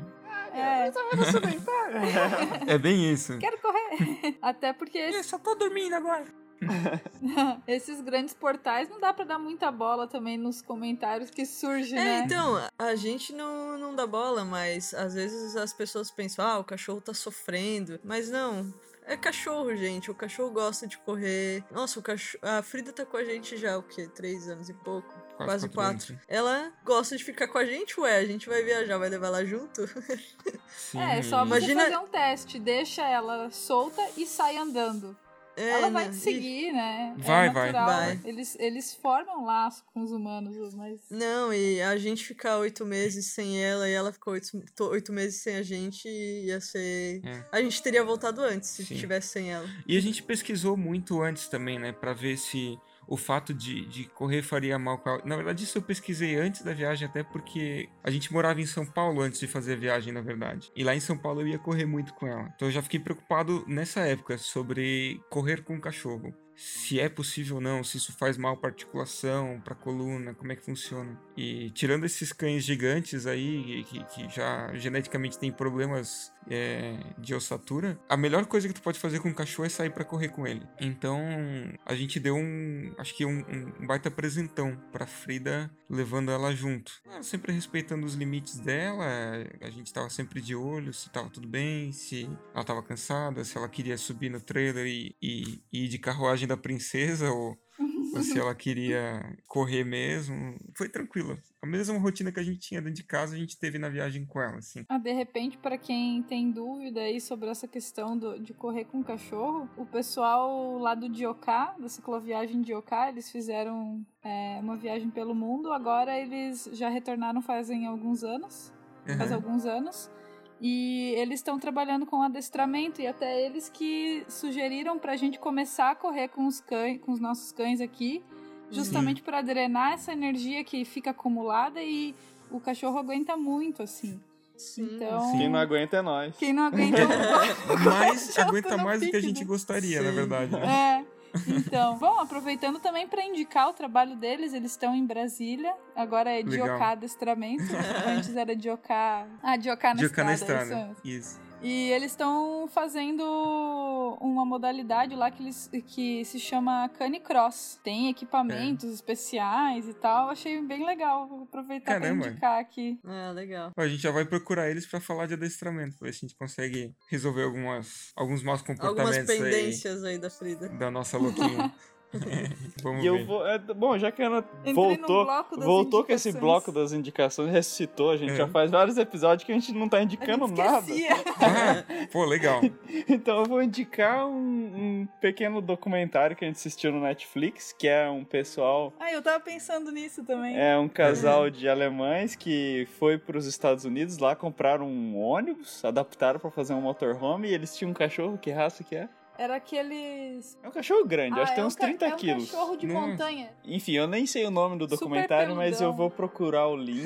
É bem isso. Quero correr! Até porque Eu só tô dormindo agora. esses grandes portais não dá pra dar muita bola também nos comentários que surgem, né? Então, a gente não dá bola, mas às vezes as pessoas pensam, o cachorro tá sofrendo. Mas não, é cachorro, gente. O cachorro gosta de correr. Nossa, a Frida tá com a gente já, 3 anos e pouco? Quase 4. Ela gosta de ficar com a gente, a gente vai viajar, vai levar ela junto? Sim. Só você Imagina- fazer um teste, deixa ela solta e sai andando. Ela vai te seguir, né? Vai. Vai. Eles formam laço com os humanos, mas... Não, e a gente ficar 8 meses sem ela e ela ficou 8 meses sem a gente, ia ser... A gente teria voltado antes se Sim. tivesse sem ela. E a gente pesquisou muito antes também, né? Pra ver se o fato de correr faria mal com ela. Na verdade, isso eu pesquisei antes da viagem, até porque a gente morava em São Paulo antes de fazer a viagem, na verdade. E lá em São Paulo eu ia correr muito com ela. Então eu já fiquei preocupado nessa época sobre correr com o cachorro. Se é possível ou não, se isso faz mal pra articulação, pra coluna, como é que funciona. E tirando esses cães gigantes aí, que já geneticamente tem problemas de ossatura, a melhor coisa que tu pode fazer com um cachorro é sair pra correr com ele. Então, a gente deu um baita presentão pra Frida, levando ela junto. Sempre respeitando os limites dela, a gente tava sempre de olho se tava tudo bem, se ela tava cansada, se ela queria subir no trailer e ir de carruagem da princesa, ou ou se ela queria correr mesmo. Foi tranquilo. A mesma rotina que a gente tinha dentro de casa, a gente teve na viagem com ela, assim. De repente, para quem tem dúvida aí sobre essa questão de correr com cachorro, o pessoal lá do Dioká, da cicloviagem Dioká, eles fizeram uma viagem pelo mundo. Agora eles já retornaram fazem alguns anos. Faz alguns anos. E eles estão trabalhando com adestramento, e até eles que sugeriram pra gente começar a correr com os nossos cães aqui, justamente para drenar essa energia que fica acumulada, e o cachorro aguenta muito, assim. Sim. Então, Quem não aguenta é nós. quem não aguenta Mas cachorro aguenta no mais do que a pique, gente né? gostaria, na verdade. Então, bom, aproveitando também para indicar o trabalho deles, eles estão em Brasília, agora é Legal. Dioká Adestramento, antes era Dioká na Dioká na Estrada, estrada. isso. Isso. E eles estão fazendo uma modalidade lá que se chama Canicross. Tem equipamentos especiais e tal. Achei bem legal. Vou aproveitar para Caramba. indicar aqui. Legal. A gente já vai procurar eles pra falar de adestramento, pra ver se a gente consegue resolver alguns maus comportamentos Algumas pendências aí da Frida. da nossa louquinha. Vamos E eu ver. vou. Bom, já que a Ana Entrei voltou, no bloco das voltou com esse indicações. bloco das indicações, ressuscitou, a gente já faz vários episódios que a gente não tá indicando nada. Esquecia. Pô, legal. Então eu vou indicar um pequeno documentário que a gente assistiu no Netflix, que é um pessoal. Eu tava pensando nisso também. É um casal de alemães que foi para os Estados Unidos, lá compraram um ônibus, adaptaram pra fazer um motorhome, e eles tinham um cachorro, que raça que é? Era aqueles... É um cachorro grande, acho que tem uns 30 É um quilos. cachorro de Nossa. montanha. Enfim, eu nem sei o nome do Super documentário, mas eu peludão. vou procurar o link,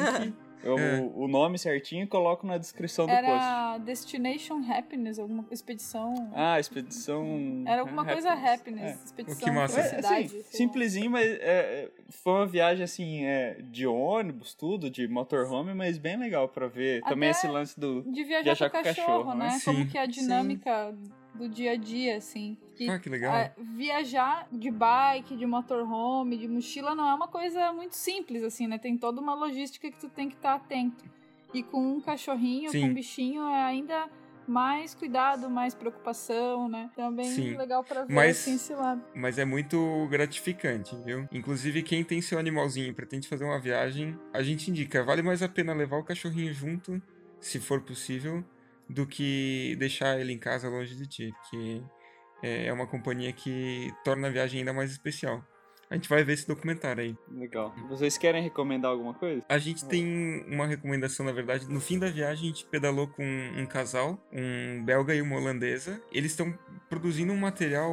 o nome certinho e coloco na descrição do post. Era Destination Happiness, alguma expedição... Ah, expedição... Era alguma coisa Happiness, É. expedição Que massa. felicidade. Assim, sei lá. simplesinho, mas foi uma viagem assim, de ônibus, tudo, de motorhome, mas bem legal pra ver. Também Até esse lance do De viajar viajar com o com o cachorro, né? Sim. Como que é a dinâmica do dia a dia, assim. Que legal. Viajar de bike, de motorhome, de mochila não é uma coisa muito simples, assim, né? Tem toda uma logística que tu tem que estar atento. E com um cachorrinho, Sim. com um bichinho, é ainda mais cuidado, mais preocupação, né? Também Sim. legal pra ver, Mas- assim, esse lado. Mas é muito gratificante, viu? Inclusive, quem tem seu animalzinho e pretende fazer uma viagem, a gente indica, vale mais a pena levar o cachorrinho junto, se for possível, do que deixar ele em casa longe de ti, porque é uma companhia que torna a viagem ainda mais especial. A gente vai ver esse documentário aí. Legal. Vocês querem recomendar alguma coisa? A gente tem uma recomendação, na verdade. No fim da viagem, a gente pedalou com um casal, um belga e uma holandesa. Eles estão produzindo um material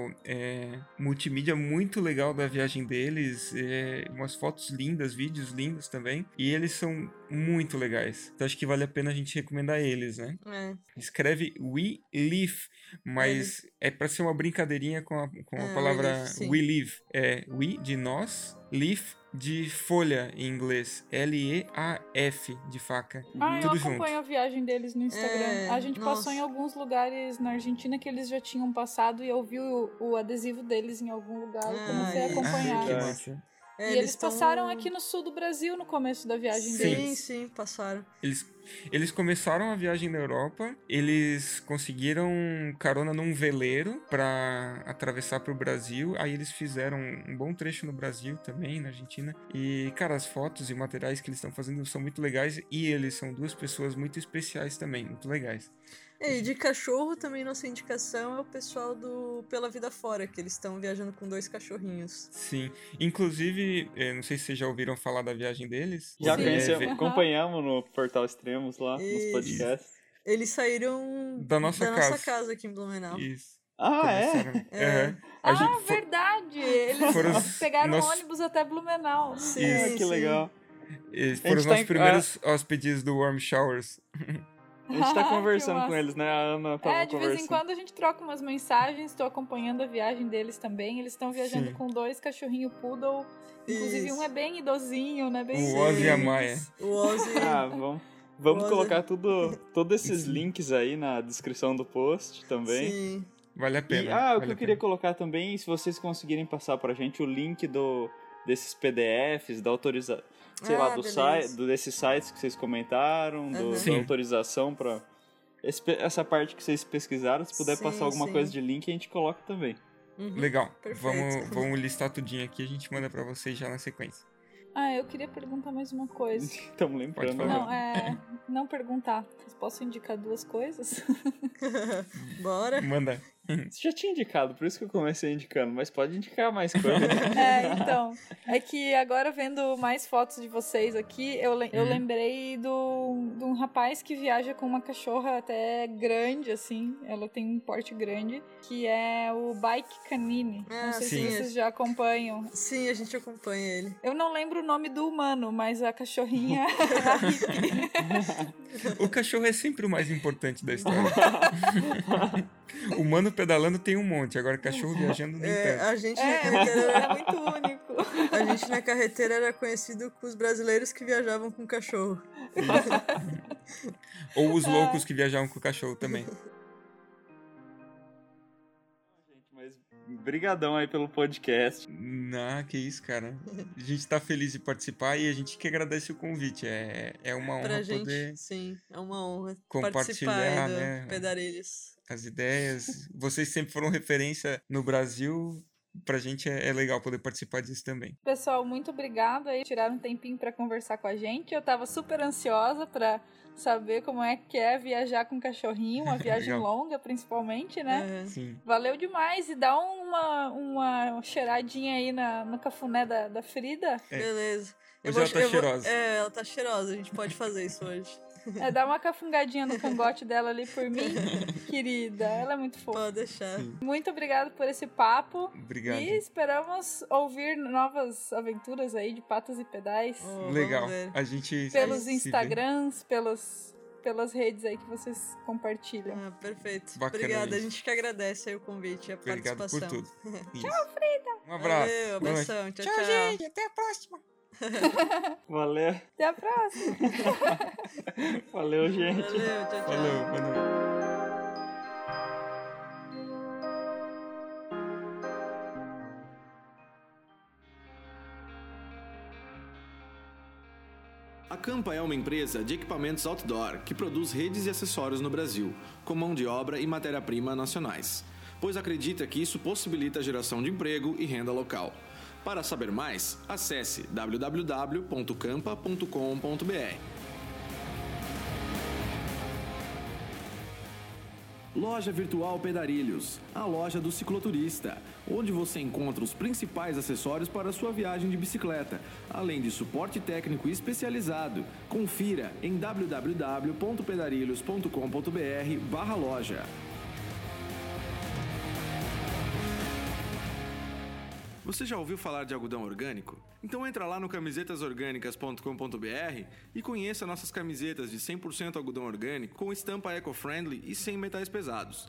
multimídia muito legal da viagem deles. Umas fotos lindas, vídeos lindos também. E eles são muito legais. Então acho que vale a pena a gente recomendar eles, né? Escreve We Live, mas é pra ser uma brincadeirinha com a palavra We Live, sim. We Live. É We de nós, Leaf de folha em inglês. L-E-A-F de faca. Eu Tudo junto. acompanho a viagem deles no Instagram. A gente passou nossa. em alguns lugares na Argentina que eles já tinham passado e eu vi o adesivo deles em algum lugar e comecei a acompanhar. Que massa. E eles passaram aqui no sul do Brasil no começo da viagem deles. Sim, passaram. Eles começaram a viagem na Europa, eles conseguiram carona num veleiro pra atravessar pro Brasil, aí eles fizeram um bom trecho no Brasil também, na Argentina, e, cara, as fotos e materiais que eles estão fazendo são muito legais, e eles são duas pessoas muito especiais também, muito legais. E de cachorro também nossa indicação é o pessoal do Pela Vida Fora, que eles estão viajando com 2 cachorrinhos. Sim, inclusive, não sei se vocês já ouviram falar da viagem deles. Já Sim. conhecemos, acompanhamos no Portal Extremos lá, nos Isso. podcasts. Eles saíram Da nossa casa aqui em Blumenau. Isso. Ah, é? Começaram- Aham. A gente fo- Verdade! Eles Foram os pegaram nossos- ônibus até Blumenau. Sim, Ah, que sim. legal. Eles A foram gente os tá nossos em- primeiros hóspedes do Warm Showers. A gente tá Que conversando com massa. eles, né? A Ana tava De vez conversando. em quando a gente troca umas mensagens, estou acompanhando a viagem deles também. Eles estão viajando Sim. com 2 cachorrinhos poodle. Inclusive Isso. um é bem idosinho, né? Bem O Ozzy e a Maia. O Ozzy. Vamos Nossa. colocar todos esses links aí na descrição do post também. Sim. Vale a E, pena. o vale que eu a queria pena. colocar também, se vocês conseguirem passar pra gente o link desses PDFs, da autorização, sei lá, beleza. desses sites que vocês comentaram, da Sim. autorização pra essa parte que vocês pesquisaram, se puder Sim, passar alguma sim. coisa de link, a gente coloca também. Legal. Perfeito. Vamos listar tudinho aqui e a gente manda pra vocês já na sequência. Eu queria perguntar mais uma coisa. Estamos lembrando. Pode falar. Não perguntar. Vocês posso indicar 2 coisas? Bora. Manda. Você já tinha indicado, por isso que eu comecei indicando, mas pode indicar mais coisas. Então. É que agora vendo mais fotos de vocês aqui, eu lembrei de um rapaz que viaja com uma cachorra até grande, assim. Ela tem um porte grande, que é o Bike Canine. Não sei sim. se vocês já acompanham. Sim, a gente acompanha ele. Eu não lembro o nome do humano, mas a cachorrinha é a hippie. O cachorro é sempre o mais importante da história. Humano pedalando tem um monte, agora cachorro viajando nem tanto. A gente na carreteira É muito único. A gente na carreteira era conhecido com os brasileiros que viajavam com cachorro. Ou os loucos que viajavam com o cachorro também. Mas brigadão aí pelo podcast. Que isso, cara. A gente tá feliz de participar e a gente que agradece o convite. É uma honra Pra gente, poder sim, é uma honra compartilhar, participar aí do né, Pedarilhos. as ideias. Vocês sempre foram referência no Brasil. Pra gente é legal poder participar disso também. Pessoal, muito obrigada aí. Tiraram um tempinho pra conversar com a gente. Eu tava super ansiosa pra saber como é que é viajar com um cachorrinho, uma viagem Legal. longa, principalmente, né? Sim. Valeu demais. E dá uma cheiradinha aí no cafuné da Frida. Beleza. Hoje ela tá cheirosa. Ela tá cheirosa, a gente pode fazer isso hoje. Dá uma cafungadinha no cangote dela ali por mim, querida. Ela é muito fofa. Pode deixar. Sim. Muito obrigada por esse papo. Obrigado. E esperamos ouvir novas aventuras aí de patas e pedais. Legal. Vamos ver. A gente Pelos se vê. Instagrams, pelas redes aí que vocês compartilham. Perfeito. Bacana Obrigada, a isso. gente que agradece aí o convite e a Obrigado por participação. tudo. Tchau, Frida. Um abraço. Valeu, Boa noite. abração. Tchau, Tchau, tchau. gente. Até a próxima. Valeu. Até a próxima! Valeu, gente. Valeu, tchau, tchau. Valeu, boa noite. A Campa é uma empresa de equipamentos outdoor que produz redes e acessórios no Brasil, com mão de obra e matéria-prima nacionais, pois acredita que isso possibilita a geração de emprego e renda local. Para saber mais, acesse www.campa.com.br. Loja Virtual Pedarilhos, a loja do cicloturista, onde você encontra os principais acessórios para a sua viagem de bicicleta, além de suporte técnico especializado. Confira em www.pedarilhos.com.br/loja. Você já ouviu falar de algodão orgânico? Então entra lá no camisetasorgânicas.com.br e conheça nossas camisetas de 100% algodão orgânico com estampa eco-friendly e sem metais pesados.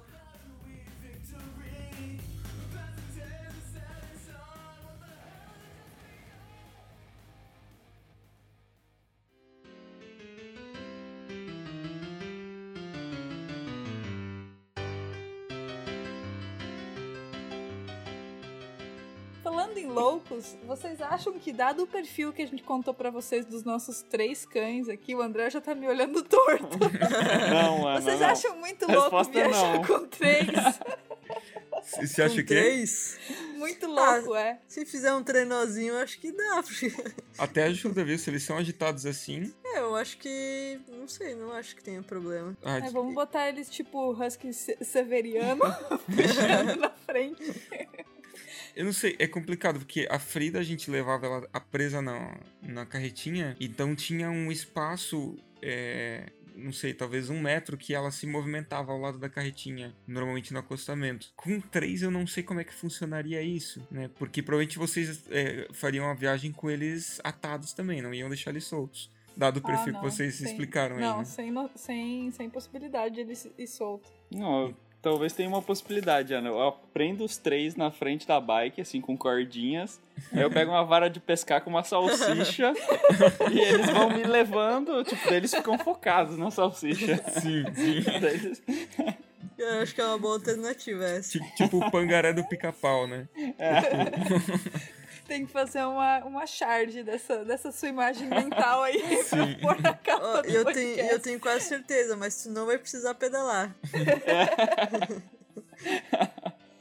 Falando em loucos, vocês acham que, dado o perfil que a gente contou pra vocês dos nossos 3 cães aqui, o André já tá me olhando torto. Não, mano. Vocês não. acham muito louco Resposta viajar não. com 3? Você acha Com que é? 3? Muito louco, é. Se fizer um treinozinho, eu acho que dá. Porque... Até ajuda, viu? Se eles são agitados assim. eu acho que... Não sei, não acho que tenha problema. Vamos botar eles tipo Husky Severiano, puxando na frente. Eu não sei, é complicado, porque a Frida a gente levava ela presa na carretinha, então tinha um espaço, não sei, talvez 1 metro que ela se movimentava ao lado da carretinha, normalmente no acostamento. Com 3 eu não sei como é que funcionaria isso, né? Porque provavelmente vocês fariam a viagem com eles atados também, não iam deixar eles soltos. Dado o perfil que vocês explicaram aí, não, né? sem possibilidade de ele ir solto. Não, talvez tenha uma possibilidade, Ana. Eu aprendo os 3 na frente da bike, assim, com cordinhas. Aí eu pego uma vara de pescar com uma salsicha e eles vão me levando, tipo, daí eles ficam focados na salsicha. Sim, sim. Daí eles... Eu acho que é uma boa alternativa essa. Tipo o pangaré do pica-pau, né? Tem que fazer uma charge dessa sua imagem mental aí pra pôr na capa do Eu podcast. tenho quase certeza, mas tu não vai precisar pedalar.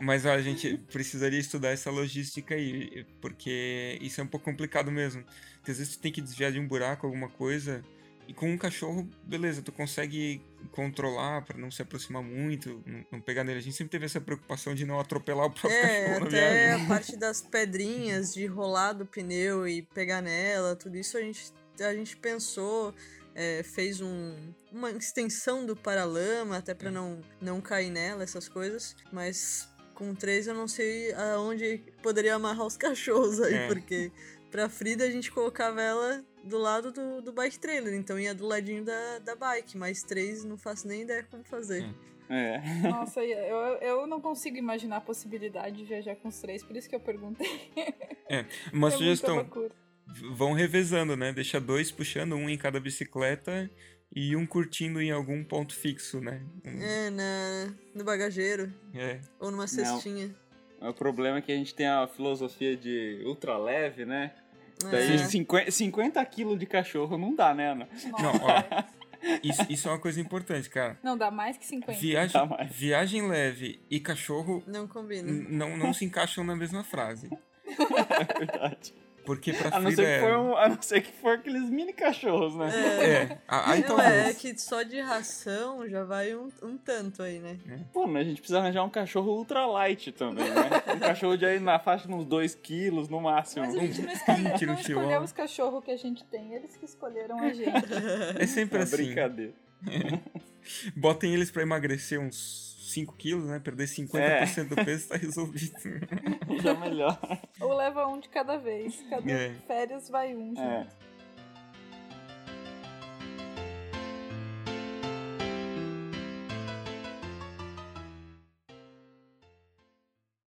Mas ó, a gente precisaria estudar essa logística aí, porque isso é um pouco complicado mesmo. Porque às vezes tu tem que desviar de um buraco, alguma coisa, e com um cachorro, beleza, tu consegue controlar pra não se aproximar muito, não pegar nele. A gente sempre teve essa preocupação de não atropelar o próprio cachorro na até viagem. a parte das pedrinhas, de rolar do pneu e pegar nela, tudo isso a gente pensou, fez uma extensão do paralama, até pra não cair nela, essas coisas, mas com 3 eu não sei aonde poderia amarrar os cachorros aí, porque pra Frida a gente colocava ela do lado do bike trailer, então ia do ladinho da bike, mas 3 não faço nem ideia como fazer. Nossa, eu não consigo imaginar a possibilidade de viajar com os 3, por isso que eu perguntei. Uma É sugestão, muita loucura. vão revezando, né? Deixa 2 puxando, um em cada bicicleta e um curtindo em algum ponto fixo, né? No bagageiro, É. ou numa cestinha. O problema é que a gente tem a filosofia de ultra leve, né? É. Daí 50 quilos de cachorro não dá, né, Ana? Não, ó, isso é uma coisa importante, cara. Não, dá mais que 50. Tá mais. Viagem leve e cachorro Não combina. não se encaixam na mesma frase. É verdade. Porque pra A não Frida ser que for aqueles mini cachorros, né? aí Não, talvez. que só de ração já vai um tanto aí, né? Pô, mas a gente precisa arranjar um cachorro ultra light também, né? Um cachorro de aí na faixa de uns 2 quilos no máximo. Mas a gente não Pincher, escolheu chihuahua. os cachorros que a gente tem, eles que escolheram a gente. É sempre assim. Brincadeira. Botem eles pra emagrecer uns 5 quilos, né? Perder 50% do peso, tá resolvido. Já melhor. Ou leva um de cada vez. Cada É. férias vai um junto.